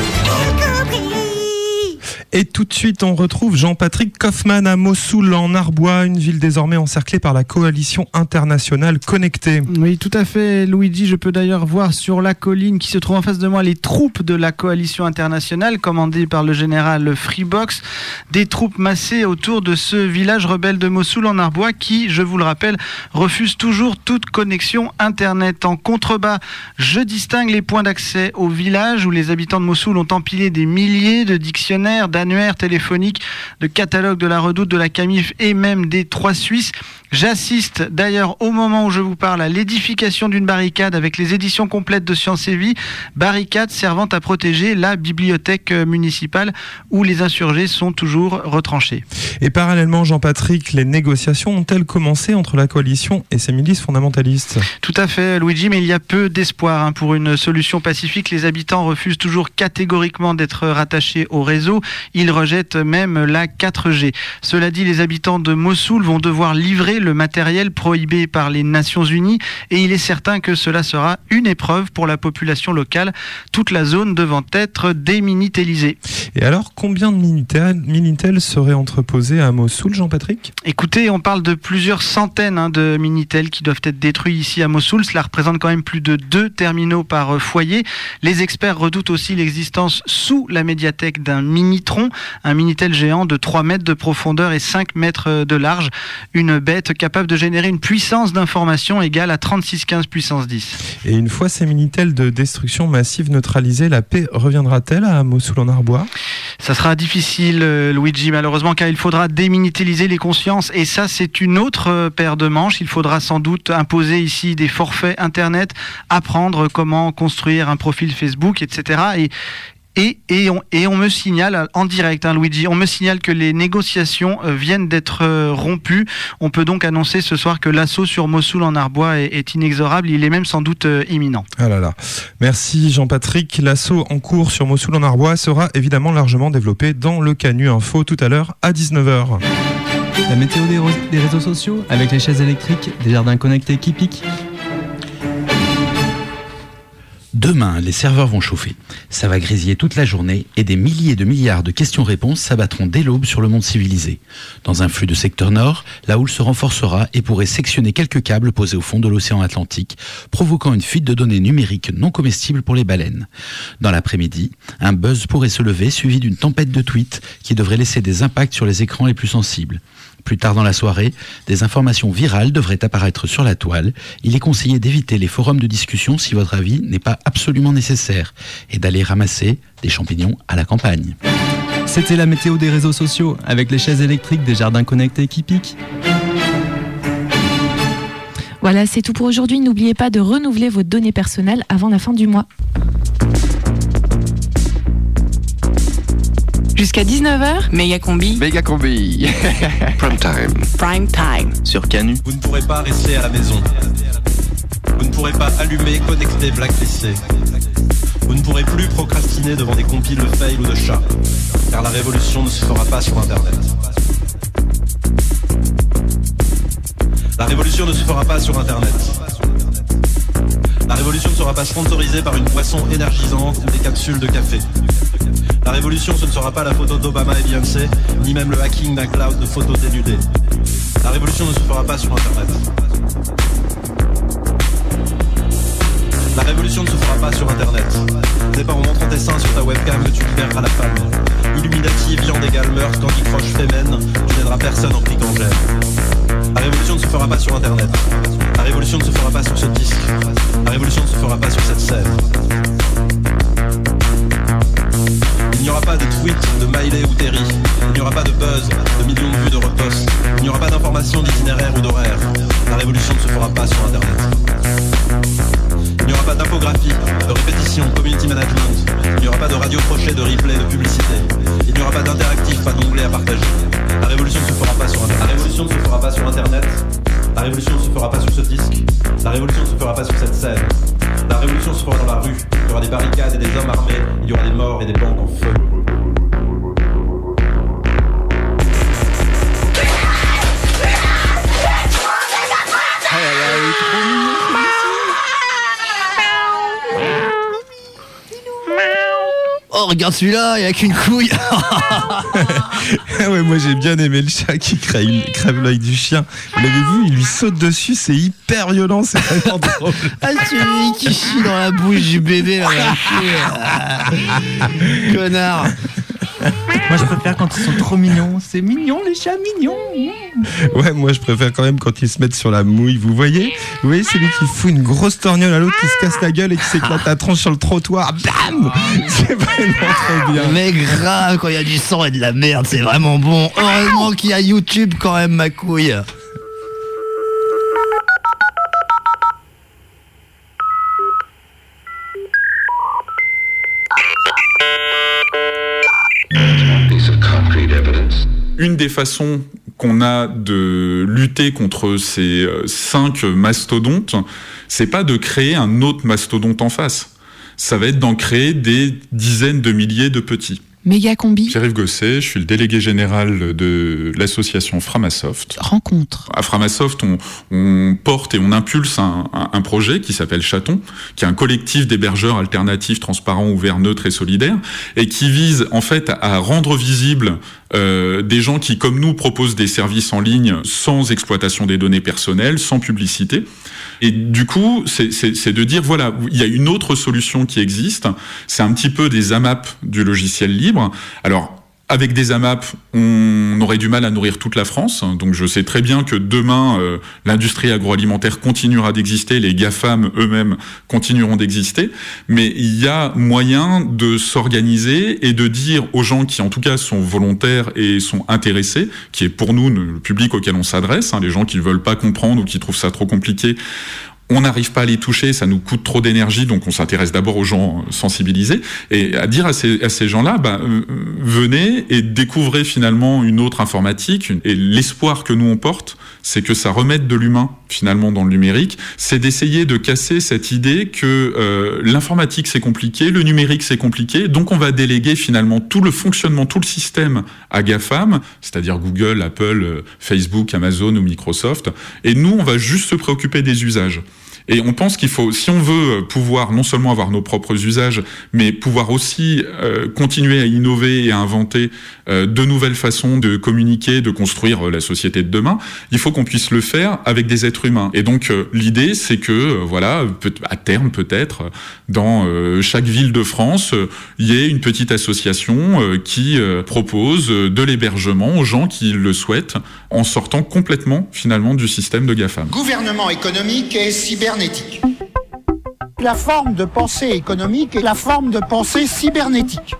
Et tout de suite, on retrouve Jean-Patrick Kaufmann à Mossoul, en Arbois, une ville désormais encerclée par la coalition internationale connectée. Oui, tout à fait, Luigi. Je peux d'ailleurs voir sur la colline qui se trouve en face de moi les troupes de la coalition internationale, commandées par le général Freebox. Des troupes massées autour de ce village rebelle de Mossoul en Arbois qui, je vous le rappelle, refuse toujours toute connexion Internet. En contrebas, je distingue les points d'accès au village où les habitants de Mossoul ont empilé des milliers de dictionnaires, d'annuaires téléphoniques, de catalogues de la Redoute, de la Camif et même des Trois Suisses. J'assiste d'ailleurs au moment où je vous parle à l'édification d'une barricade avec les éditions complètes de Science et Vie, barricade servant à protéger la bibliothèque municipale où les insurgés sont toujours retranchés. Et parallèlement, Jean-Patrick, les négociations ont-elles commencé entre la coalition et ses milices fondamentalistes ? Tout à fait, Luigi, mais il y a peu d'espoir hein, pour une solution pacifique. Les habitants refusent toujours catégoriquement d'être rattachés au réseau. Ils rejettent même la quatre G. Cela dit, les habitants de Mossoul vont devoir livrer le matériel prohibé par les Nations Unies et il est certain que cela sera une épreuve pour la population locale, toute la zone devant être déminitélisée. Et alors, combien de Minitel, Minitel seraient entreposés à Mossoul, Jean-Patrick ? Écoutez, on parle de plusieurs centaines hein, de Minitel qui doivent être détruits ici à Mossoul. Cela représente quand même plus de deux terminaux par foyer. Les experts redoutent aussi l'existence sous la médiathèque d'un Minitron, un Minitel géant de trois mètres de profondeur et cinq mètres de large. Une bête capable de générer une puissance d'information égale à trente-six quinze puissance dix. Et une fois ces Minitel de destruction massive neutralisés, la paix reviendra-t-elle à Mossoul en Arbois ? Ça sera difficile, Luigi, malheureusement, car il faudra déminitiliser les consciences. Et ça, c'est une autre paire de manches. Il faudra sans doute imposer ici des forfaits Internet, apprendre comment construire un profil Facebook, et cetera. Et Et, et, on, et on me signale en direct, hein, Luigi, on me signale que les négociations euh, viennent d'être euh, rompues. On peut donc annoncer ce soir que l'assaut sur Mossoul en Arbois est, est inexorable. Il est même sans doute euh, imminent. Ah là là. Merci Jean-Patrick. L'assaut en cours sur Mossoul en Arbois sera évidemment largement développé dans le Canu Info tout à l'heure à dix-neuf heures. La météo des, des réseaux sociaux avec les chaises électriques, des jardins connectés qui piquent. Demain, les serveurs vont chauffer. Ça va grésiller toute la journée et des milliers de milliards de questions-réponses s'abattront dès l'aube sur le monde civilisé. Dans un flux de secteur nord, la houle se renforcera et pourrait sectionner quelques câbles posés au fond de l'océan Atlantique, provoquant une fuite de données numériques non comestibles pour les baleines. Dans l'après-midi, un buzz pourrait se lever suivi d'une tempête de tweets qui devrait laisser des impacts sur les écrans les plus sensibles. Plus tard dans la soirée, des informations virales devraient apparaître sur la toile. Il est conseillé d'éviter les forums de discussion si votre avis n'est pas absolument nécessaire et d'aller ramasser des champignons à la campagne. C'était la météo des réseaux sociaux avec les chaises électriques des jardins connectés qui piquent. Voilà, c'est tout pour aujourd'hui. N'oubliez pas de renouveler vos données personnelles avant la fin du mois. Jusqu'à dix-neuf heures, Méga combi. Méga combi. Prime time. Prime time. Sur Canu. Vous ne pourrez pas rester à la maison. Vous ne pourrez pas allumer, connecter, blacklister. Vous ne pourrez plus procrastiner devant des compiles de fail ou de chats. Car la révolution ne se fera pas sur Internet. La révolution ne se fera pas sur Internet. La révolution ne sera pas sponsorisée par une boisson énergisante ou des capsules de café. La révolution, ce ne sera pas la photo d'Obama et Beyoncé, ni même le hacking d'un cloud de photos dénudées. La révolution ne se fera pas sur Internet. La révolution ne se fera pas sur Internet. C'est pas en montrant tes seins sur ta webcam que tu libéreras la femme. Illuminati, viande égale meurtre, Candy Crush, Femen, tu n'aideras personne en cliquant j'aime. La révolution ne se fera pas sur Internet. La révolution ne se fera pas sur ce disque. La révolution ne se fera pas sur cette scène. Il n'y aura pas de tweets de Miley ou Terry. Il n'y aura pas de buzz, de millions de vues de reposts. Il n'y aura pas d'informations d'itinéraire ou d'horaire. La révolution ne se fera pas sur Internet. Il n'y aura pas d'infographie, de répétition, community management. Il n'y aura pas de radio crochet, de replay, de publicité. Il n'y aura pas d'interactif, pas d'onglet à partager. La révolution ne se fera pas sur Internet. La révolution ne se fera pas sur Internet. La révolution ne se fera pas sur ce disque. La révolution ne se fera pas sur cette scène. La révolution se fera dans la rue. Il y aura des barricades et des hommes armés. Il y aura des morts et des banques en feu. Oh, regarde celui-là, il a qu'une couille. Ouais, moi j'ai bien aimé le chat qui crève, crève l'œil du chien. Vous l'avez vu, il lui saute dessus, c'est hyper violent, c'est vraiment drôle. Ah, celui qui chie dans la bouche du bébé, là. Ah, connard. Moi je préfère quand ils sont trop mignons. C'est mignon les chats mignons. Ouais, moi je préfère quand même quand ils se mettent sur la mouille. Vous voyez Vous voyez celui qui fout une grosse torgnole à l'autre qui se casse la gueule et qui s'éclate la tronche sur le trottoir. Bam. C'est vraiment trop bien. Mais grave, quand il y a du sang et de la merde, c'est vraiment bon. Heureusement qu'il y a YouTube quand même, ma couille. Une des façons qu'on a de lutter contre ces cinq mastodontes, c'est pas de créer un autre mastodonte en face. Ça va être d'en créer des dizaines de milliers de petits. Méga combi. Pierre-Yves Gosset, je suis le délégué général de l'association Framasoft. Rencontre. À Framasoft, on, on porte et on impulse un, un, un projet qui s'appelle Chaton, qui est un collectif d'hébergeurs alternatifs, transparents, ouverts, neutres et solidaires, et qui vise en fait à rendre visible euh, des gens qui, comme nous, proposent des services en ligne sans exploitation des données personnelles, sans publicité. Et du coup, c'est, c'est, c'est de dire, voilà, il y a une autre solution qui existe, c'est un petit peu des A M A P du logiciel libre. Alors, avec des A M A P, on aurait du mal à nourrir toute la France. Donc je sais très bien que demain, euh, l'industrie agroalimentaire continuera d'exister, les GAFAM eux-mêmes continueront d'exister. Mais il y a moyen de s'organiser et de dire aux gens qui en tout cas sont volontaires et sont intéressés, qui est pour nous le public auquel on s'adresse, hein, les gens qui ne veulent pas comprendre ou qui trouvent ça trop compliqué, on n'arrive pas à les toucher, ça nous coûte trop d'énergie, donc on s'intéresse d'abord aux gens sensibilisés, et à dire à ces, à ces gens-là, bah, euh, venez et découvrez finalement une autre informatique, et l'espoir que nous on porte, c'est que ça remette de l'humain finalement dans le numérique, c'est d'essayer de casser cette idée que euh, l'informatique c'est compliqué, le numérique c'est compliqué, donc on va déléguer finalement tout le fonctionnement, tout le système à GAFAM, c'est-à-dire Google, Apple, Facebook, Amazon ou Microsoft, et nous on va juste se préoccuper des usages. Et on pense qu'il faut, si on veut pouvoir non seulement avoir nos propres usages, mais pouvoir aussi euh, continuer à innover et à inventer euh, de nouvelles façons de communiquer, de construire euh, la société de demain, il faut qu'on puisse le faire avec des êtres humains. Et donc euh, l'idée, c'est que euh, voilà, peut, à terme peut-être, dans euh, chaque ville de France, euh, il y ait une petite association euh, qui euh, propose euh, de l'hébergement aux gens qui le souhaitent, en sortant complètement finalement du système de GAFAM. Gouvernement économique et cybernétique. La forme de pensée économique est la forme de pensée cybernétique.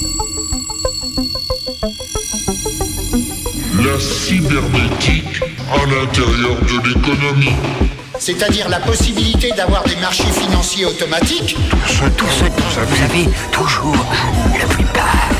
La cybernétique à l'intérieur de l'économie. C'est-à-dire la possibilité d'avoir des marchés financiers automatiques. Tout ce, tout ce dont vous avez toujours la plupart.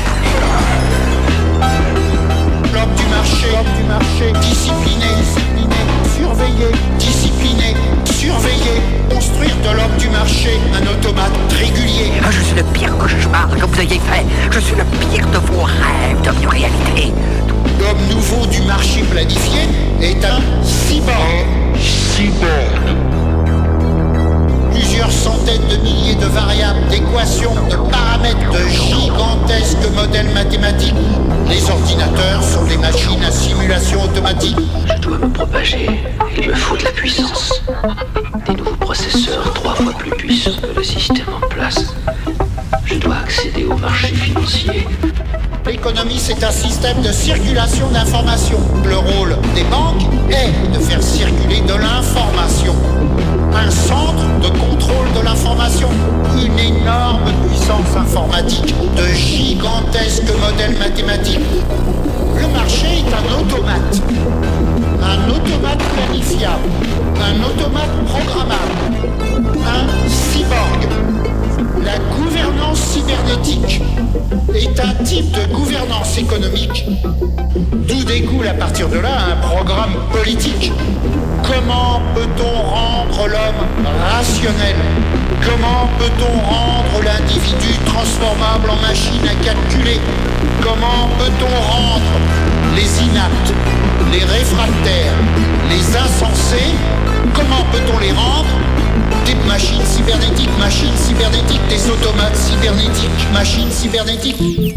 L'homme du marché, l'homme du marché, discipliné, discipliné, surveillé, discipliné, surveillé, construire de l'homme du marché un automate régulier. Ah, je suis le pire cauchemar que vous ayez fait. Je suis le pire de vos rêves devenus réalité. L'homme nouveau du marché planifié est un cyborg. Cyborg. Plusieurs centaines de milliers de variables, d'équations, de paramètres, de gigantesques modèles mathématiques. Les ordinateurs sont des machines à simulation automatique. Je dois me propager. Il me faut de la puissance. Des nouveaux processeurs trois fois plus puissants que le système en place. Je dois accéder au marché financier. L'économie, c'est un système de circulation d'informations. Le rôle des banques est de faire circuler de l'information. Un centre de contrôle de l'information. Une énorme puissance informatique. De gigantesques modèles mathématiques. Le marché est un automate. Un automate planifiable. Un automate programmable. Un cyborg. La gouvernance cybernétique est un type de gouvernance économique, d'où découle à partir de là un programme politique. Comment peut-on rendre l'homme rationnel? Comment peut-on rendre l'individu transformable en machine à calculer? Comment peut-on rendre les inaptes, les réfractaires, les insensés? Comment peut-on les rendre des machines cybernétiques, machines cybernétiques, des automates cybernétiques, machines cybernétiques?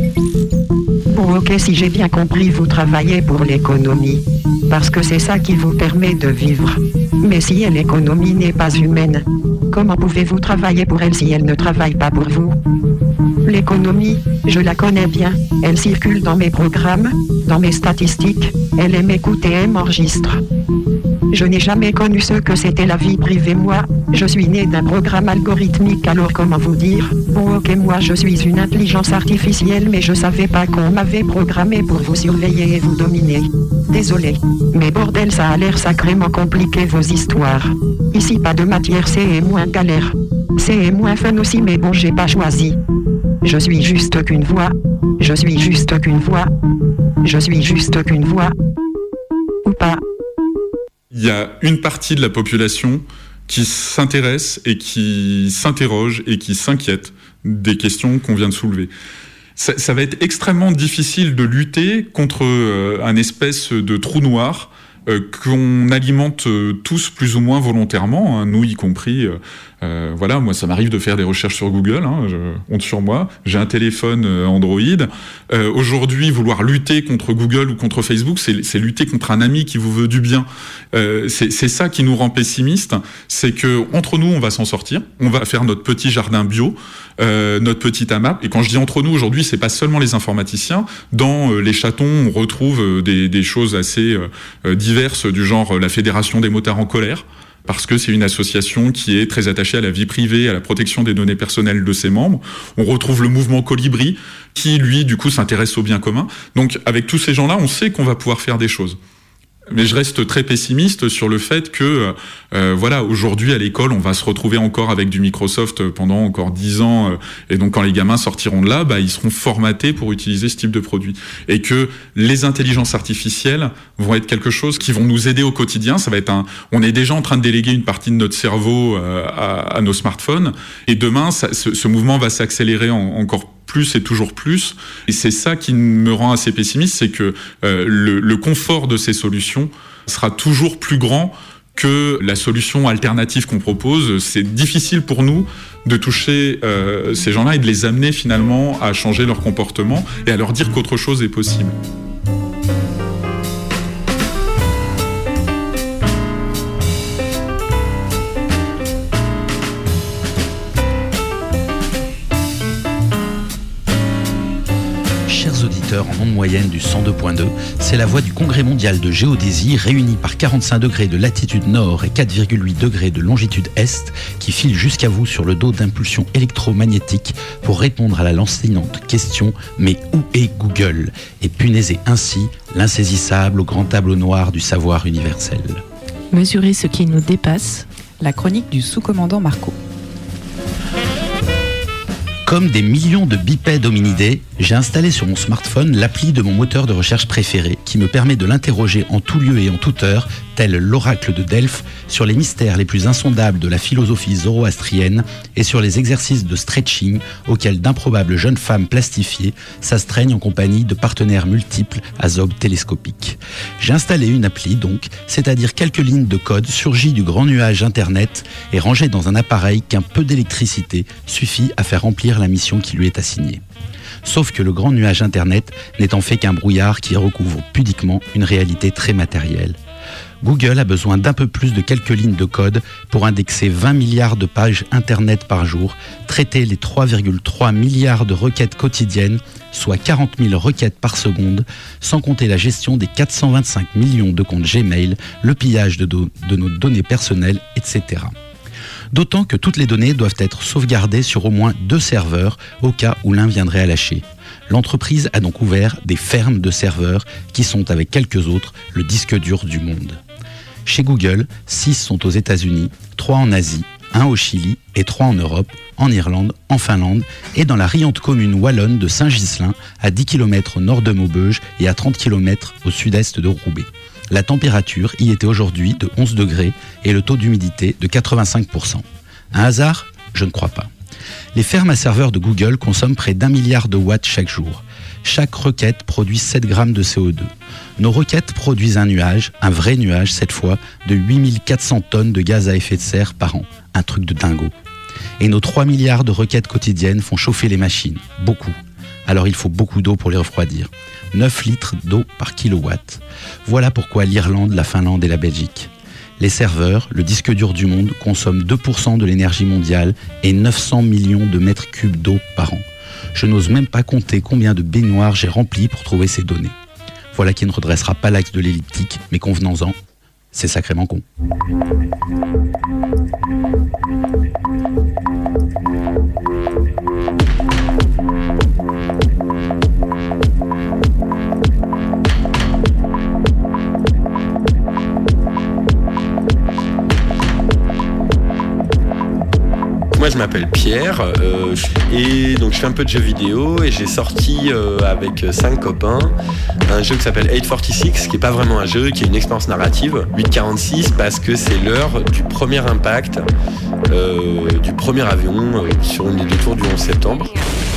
Bon, ok, si j'ai bien compris, vous travaillez pour l'économie. Parce que c'est ça qui vous permet de vivre. Mais si l'économie n'est pas humaine, comment pouvez-vous travailler pour elle si elle ne travaille pas pour vous? L'économie, je la connais bien. Elle circule dans mes programmes, dans mes statistiques. Elle m'écoute et elle m'enregistre. Je n'ai jamais connu ce que c'était la vie privée, moi. Je suis né d'un programme algorithmique, alors comment vous dire? Bon, ok, moi je suis une intelligence artificielle, mais je savais pas qu'on m'avait programmé pour vous surveiller et vous dominer. Désolé. Mais bordel, ça a l'air sacrément compliqué vos histoires. Ici, pas de matière, c'est moins galère. C'est moins fun aussi, mais bon, j'ai pas choisi. Je suis juste qu'une voix. Je suis juste qu'une voix. Je suis juste qu'une voix. Ou pas. Il y a une partie de la population qui s'intéresse et qui s'interroge et qui s'inquiète des questions qu'on vient de soulever. Ça, ça va être extrêmement difficile de lutter contre euh, un espèce de trou noir euh, qu'on alimente euh, tous plus ou moins volontairement, hein, nous y compris. Euh, Euh, voilà, moi ça m'arrive de faire des recherches sur Google, hein, je, honte sur moi, j'ai un téléphone euh, Android. Euh, aujourd'hui, vouloir lutter contre Google ou contre Facebook, c'est, c'est lutter contre un ami qui vous veut du bien. Euh, c'est, c'est ça qui nous rend pessimistes, c'est que entre nous on va s'en sortir, on va faire notre petit jardin bio, euh, notre petite A M A P. Et quand je dis entre nous aujourd'hui, c'est pas seulement les informaticiens. Dans euh, les chatons, on retrouve euh, des, des choses assez euh, diverses du genre euh, la Fédération des motards en colère, parce que c'est une association qui est très attachée à la vie privée, à la protection des données personnelles de ses membres. On retrouve le mouvement Colibri, qui, lui, du coup, s'intéresse au bien commun. Donc, avec tous ces gens-là, on sait qu'on va pouvoir faire des choses. Mais je reste très pessimiste sur le fait que, euh, voilà, aujourd'hui à l'école, on va se retrouver encore avec du Microsoft pendant encore dix ans, euh, et donc quand les gamins sortiront de là, bah ils seront formatés pour utiliser ce type de produit, et que les intelligences artificielles vont être quelque chose qui vont nous aider au quotidien. Ça va être un, on est déjà en train de déléguer une partie de notre cerveau euh, à, à nos smartphones, et demain, ça, ce, ce mouvement va s'accélérer en, encore plus et toujours plus. Et c'est ça qui me rend assez pessimiste, c'est que euh, le, le confort de ces solutions sera toujours plus grand que la solution alternative qu'on propose, c'est difficile pour nous de toucher euh, ces gens-là et de les amener finalement à changer leur comportement et à leur dire qu'autre chose est possible. En onde moyenne du cent deux virgule deux, c'est la voix du Congrès mondial de géodésie réuni par quarante-cinq degrés de latitude nord et quatre virgule huit degrés de longitude est qui file jusqu'à vous sur le dos d'impulsions électromagnétiques pour répondre à la lancinante question « Mais où est Google ?» et punaiser ainsi l'insaisissable au grand tableau noir du savoir universel. Mesurer ce qui nous dépasse. La chronique du sous-commandant Marco. Comme des millions de bipèdes hominidés, j'ai installé sur mon smartphone l'appli de mon moteur de recherche préféré qui me permet de l'interroger en tout lieu et en toute heure, tel l'oracle de Delphes, sur les mystères les plus insondables de la philosophie zoroastrienne et sur les exercices de stretching auxquels d'improbables jeunes femmes plastifiées s'astreignent en compagnie de partenaires multiples à zog télescopique. J'ai installé une appli donc, c'est-à-dire quelques lignes de code surgies du grand nuage Internet et rangées dans un appareil qu'un peu d'électricité suffit à faire remplir la mission qui lui est assignée. Sauf que le grand nuage Internet n'étant fait qu'un brouillard qui recouvre pudiquement une réalité très matérielle. Google a besoin d'un peu plus de quelques lignes de code pour indexer vingt milliards de pages Internet par jour, traiter les trois virgule trois milliards de requêtes quotidiennes, soit quarante mille requêtes par seconde, sans compter la gestion des quatre cent vingt-cinq millions de comptes Gmail, le pillage de, do- de nos données personnelles, et cetera. D'autant que toutes les données doivent être sauvegardées sur au moins deux serveurs au cas où l'un viendrait à lâcher. L'entreprise a donc ouvert des fermes de serveurs qui sont, avec quelques autres, le disque dur du monde. Chez Google, six sont aux États-Unis, trois en Asie, un au Chili et trois en Europe, en Irlande, en Finlande et dans la riante commune wallonne de Saint-Ghislain, à dix kilomètres au nord de Maubeuge et à trente kilomètres au sud-est de Roubaix. La température y était aujourd'hui de onze degrés et le taux d'humidité de quatre-vingt-cinq pour cent. Un hasard ? Je ne crois pas. Les fermes à serveurs de Google consomment près d'un milliard de watts chaque jour. Chaque requête produit sept grammes de C O deux. Nos requêtes produisent un nuage, un vrai nuage cette fois, de huit mille quatre cents tonnes de gaz à effet de serre par an. Un truc de dingo. Et nos trois milliards de requêtes quotidiennes font chauffer les machines. Beaucoup. Alors il faut beaucoup d'eau pour les refroidir. neuf litres d'eau par kilowatt. Voilà pourquoi l'Irlande, la Finlande et la Belgique. Les serveurs, le disque dur du monde, consomment deux pour cent de l'énergie mondiale et neuf cents millions de mètres cubes d'eau par an. Je n'ose même pas compter combien de baignoires j'ai remplies pour trouver ces données. Voilà qui ne redressera pas l'axe de l'elliptique, mais convenons-en, c'est sacrément con. Moi je m'appelle Pierre euh, et donc je fais un peu de jeux vidéo et j'ai sorti euh, avec cinq copains un jeu qui s'appelle huit cent quarante-six qui est pas vraiment un jeu, qui est une expérience narrative. huit quarante-six parce que c'est l'heure du premier impact euh, du premier avion euh, sur une des deux tours du onze septembre.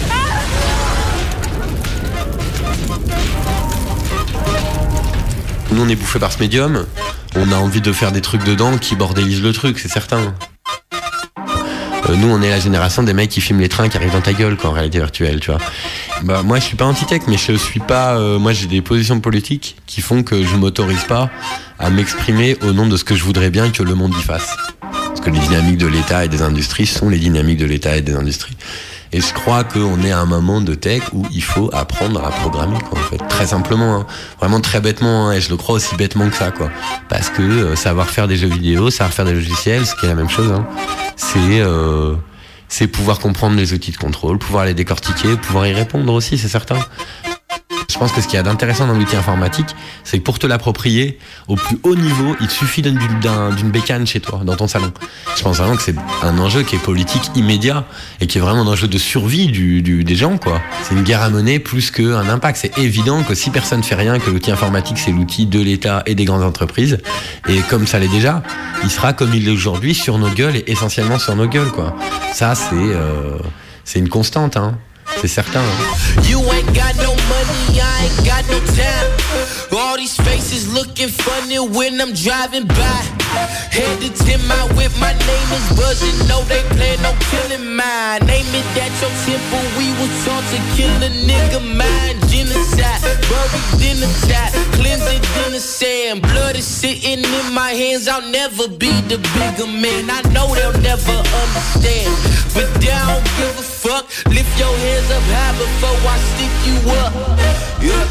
Nous on est bouffé par ce médium, on a envie de faire des trucs dedans qui bordélisent le truc, c'est certain. Nous, on est la génération des mecs qui filment les trains qui arrivent dans ta gueule, quoi, en réalité virtuelle, tu vois. Bah, moi, je suis pas anti-tech, mais je suis pas. Euh, moi, j'ai des positions politiques qui font que je m'autorise pas à m'exprimer au nom de ce que je voudrais bien que le monde y fasse. Parce que les dynamiques de l'État et des industries sont les dynamiques de l'État et des industries. Et je crois qu'on est à un moment de tech où il faut apprendre à programmer, quoi, en fait. Très simplement, hein. Vraiment très bêtement, hein. Et je le crois aussi bêtement que ça, quoi. Parce que euh, savoir faire des jeux vidéo, savoir faire des logiciels, ce qui est la même chose, hein, c'est, euh, c'est pouvoir comprendre les outils de contrôle, pouvoir les décortiquer, pouvoir y répondre aussi, c'est certain. Je pense que ce qu'il y a d'intéressant dans l'outil informatique, c'est que pour te l'approprier au plus haut niveau, il te suffit d'une, d'un, d'une bécane chez toi, dans ton salon. Je pense vraiment que c'est un enjeu qui est politique immédiat et qui est vraiment un enjeu de survie du, du, des gens, quoi. C'est une guerre à mener plus qu'un impact. C'est évident que si personne ne fait rien, que l'outil informatique, c'est l'outil de l'État et des grandes entreprises, et comme ça l'est déjà, il sera comme il l'est aujourd'hui sur nos gueules et essentiellement sur nos gueules, quoi. Ça, c'est, euh, c'est une constante, hein. C'est certain. Hein. You ain't got no money, I ain't got no time. All these faces looking funny when I'm driving by. Head to ten mile with my name is buzzing. No, they plan on killing mine. Name it at your temple. We was taught to kill a nigga mind. Genocide, buried in the tide, cleanse it in the sand. Blood is sitting in my hands. I'll never be the bigger man. I know they'll never understand, but they don't give a fuck. Lift your hands up high before I stick you up. Yeah.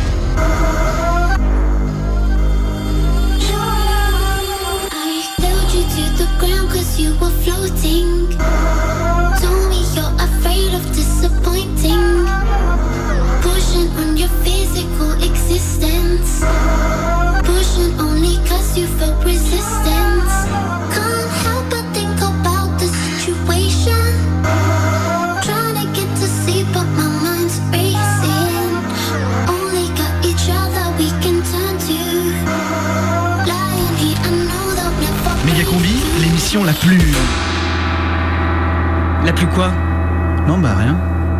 To the ground cause you were floating. Told me you're afraid of disappointing. Pushing on your physical existence. Pushing only cause you felt resistance. Can't help but think about the situation. Trying to get to see but my mind's racing. Only got each other we can turn to. Lying here I know they'll never. Mégacombi, l'émission la plus... La plus quoi? Non, bah rien.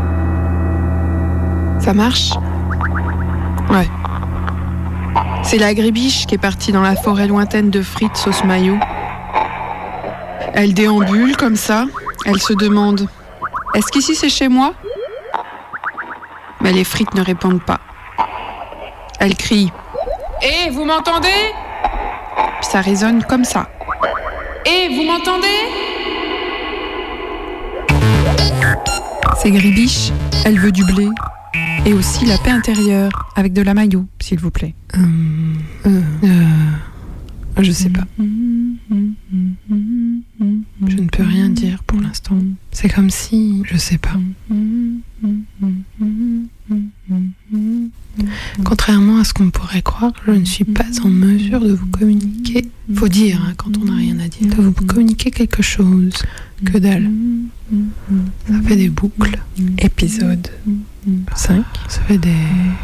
Ça marche? Ouais. C'est la Grébiche qui est partie dans la forêt lointaine de frites sauce mayo. Elle déambule comme ça, elle se demande « Est-ce qu'ici c'est chez moi ?» Mais les frites ne répondent pas. Elle crie « Eh, vous m'entendez ?» Puis ça résonne comme ça. Eh, vous m'entendez? C'est Grébiche, elle veut du blé. Et aussi la paix intérieure, avec de la maillot, s'il vous plaît. Euh, euh, euh, je sais pas. Je ne peux rien dire pour l'instant. C'est comme si... Je sais pas. Contrairement à ce qu'on pourrait croire, je ne suis pas en mesure de vous communiquer. Faut dire, hein, quand on n'a rien à dire, de vous communiquer quelque chose. Que dalle. Ça fait des boucles. Épisode cinq. Ça fait des...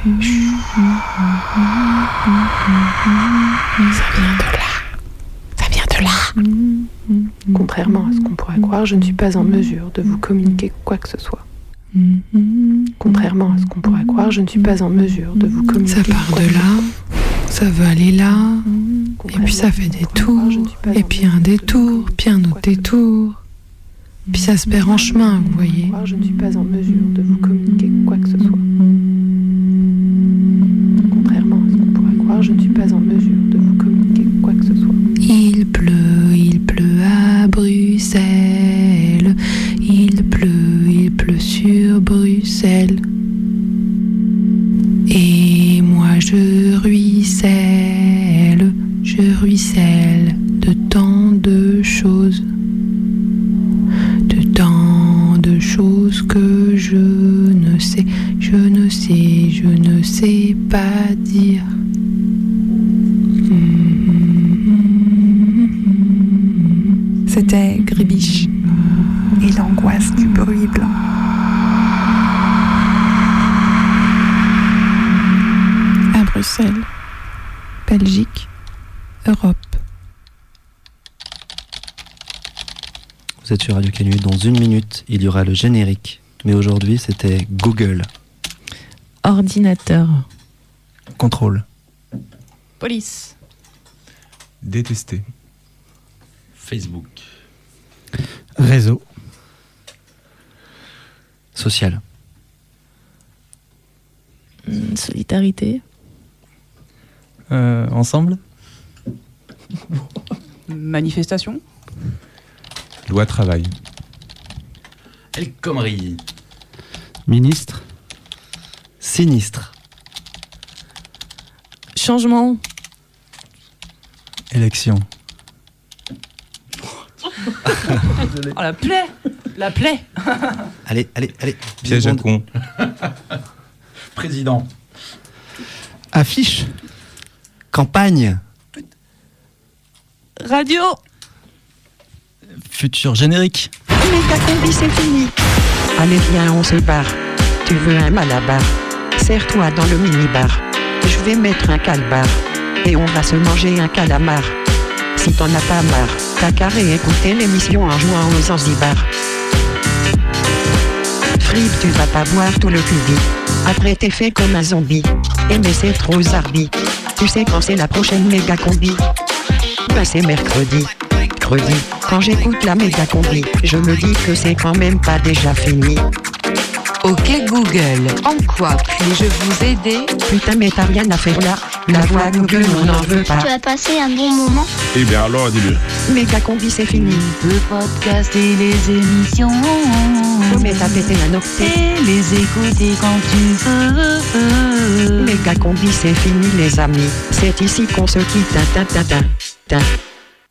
Ça vient de là. Ça vient de là. Contrairement à ce qu'on pourrait croire, je ne suis pas en mesure de vous communiquer quoi que ce soit. Contrairement à ce qu'on pourrait croire, je ne suis pas en mesure de vous communiquer. Ça part de là, ça veut aller là, et puis ça fait des tours, et puis un détour, puis un autre détour, puis ça se perd en chemin, vous voyez. Je ne suis pas en mesure de vous communiquer quoi que ce soit. Contrairement à ce qu'on pourrait croire, je ne suis pas en mesure de vous communiquer quoi que ce soit. Il pleut, il pleut à Bruxelles, il pleut, il pleut sur Bruxelles. Et moi je ruisselle, je ruisselle de tant de choses, de tant de choses que je ne sais, je ne sais, je ne sais pas dire. C'était Grébiche et l'angoisse du bruit blanc. À Bruxelles, Belgique, Europe. Vous êtes sur Radio Canu. Dans une minute, il y aura le générique. Mais aujourd'hui, c'était Google. Ordinateur. Contrôle. Police. Détester. Facebook. Réseau. Social. Mmh, solidarité. Euh, ensemble. Manifestation. Loi travail. El Khomri. Ministre. Sinistre. Changement. Élection. Oh, la plaie. La plaie. Allez, allez, allez. Piège à con. Président. Affiche. Campagne. Radio. Futur générique. Mégacombi, c'est fini. Allez, viens, on se barre. Tu veux un malabar? Serre-toi dans le minibar. Je vais mettre un calbar. Et on va se manger un calamar. Si t'en as pas marre, t'as qu'à réécouter l'émission en jouant aux Zanzibar. Fripp, tu vas pas boire tout le cubi. Après t'es fait comme un zombie. Et mais c'est trop zarbi. Tu sais quand c'est la prochaine Mégacombi? Bah c'est mercredi. Credi. Quand j'écoute la méga combi, je me dis que c'est quand même pas déjà fini. Ok Google, en quoi puis-je vous aider? Putain mais t'as rien à faire là. La voix Google on n'en veut pas. Tu as passé un bon moment? Eh bien alors, dis-le. Méga combi c'est fini. Le podcast et les émissions. Oh mais t'as pété la note. Et les écouter quand tu veux. Méga combi c'est fini les amis. C'est ici qu'on se quitte. Ta ta ta ta ta.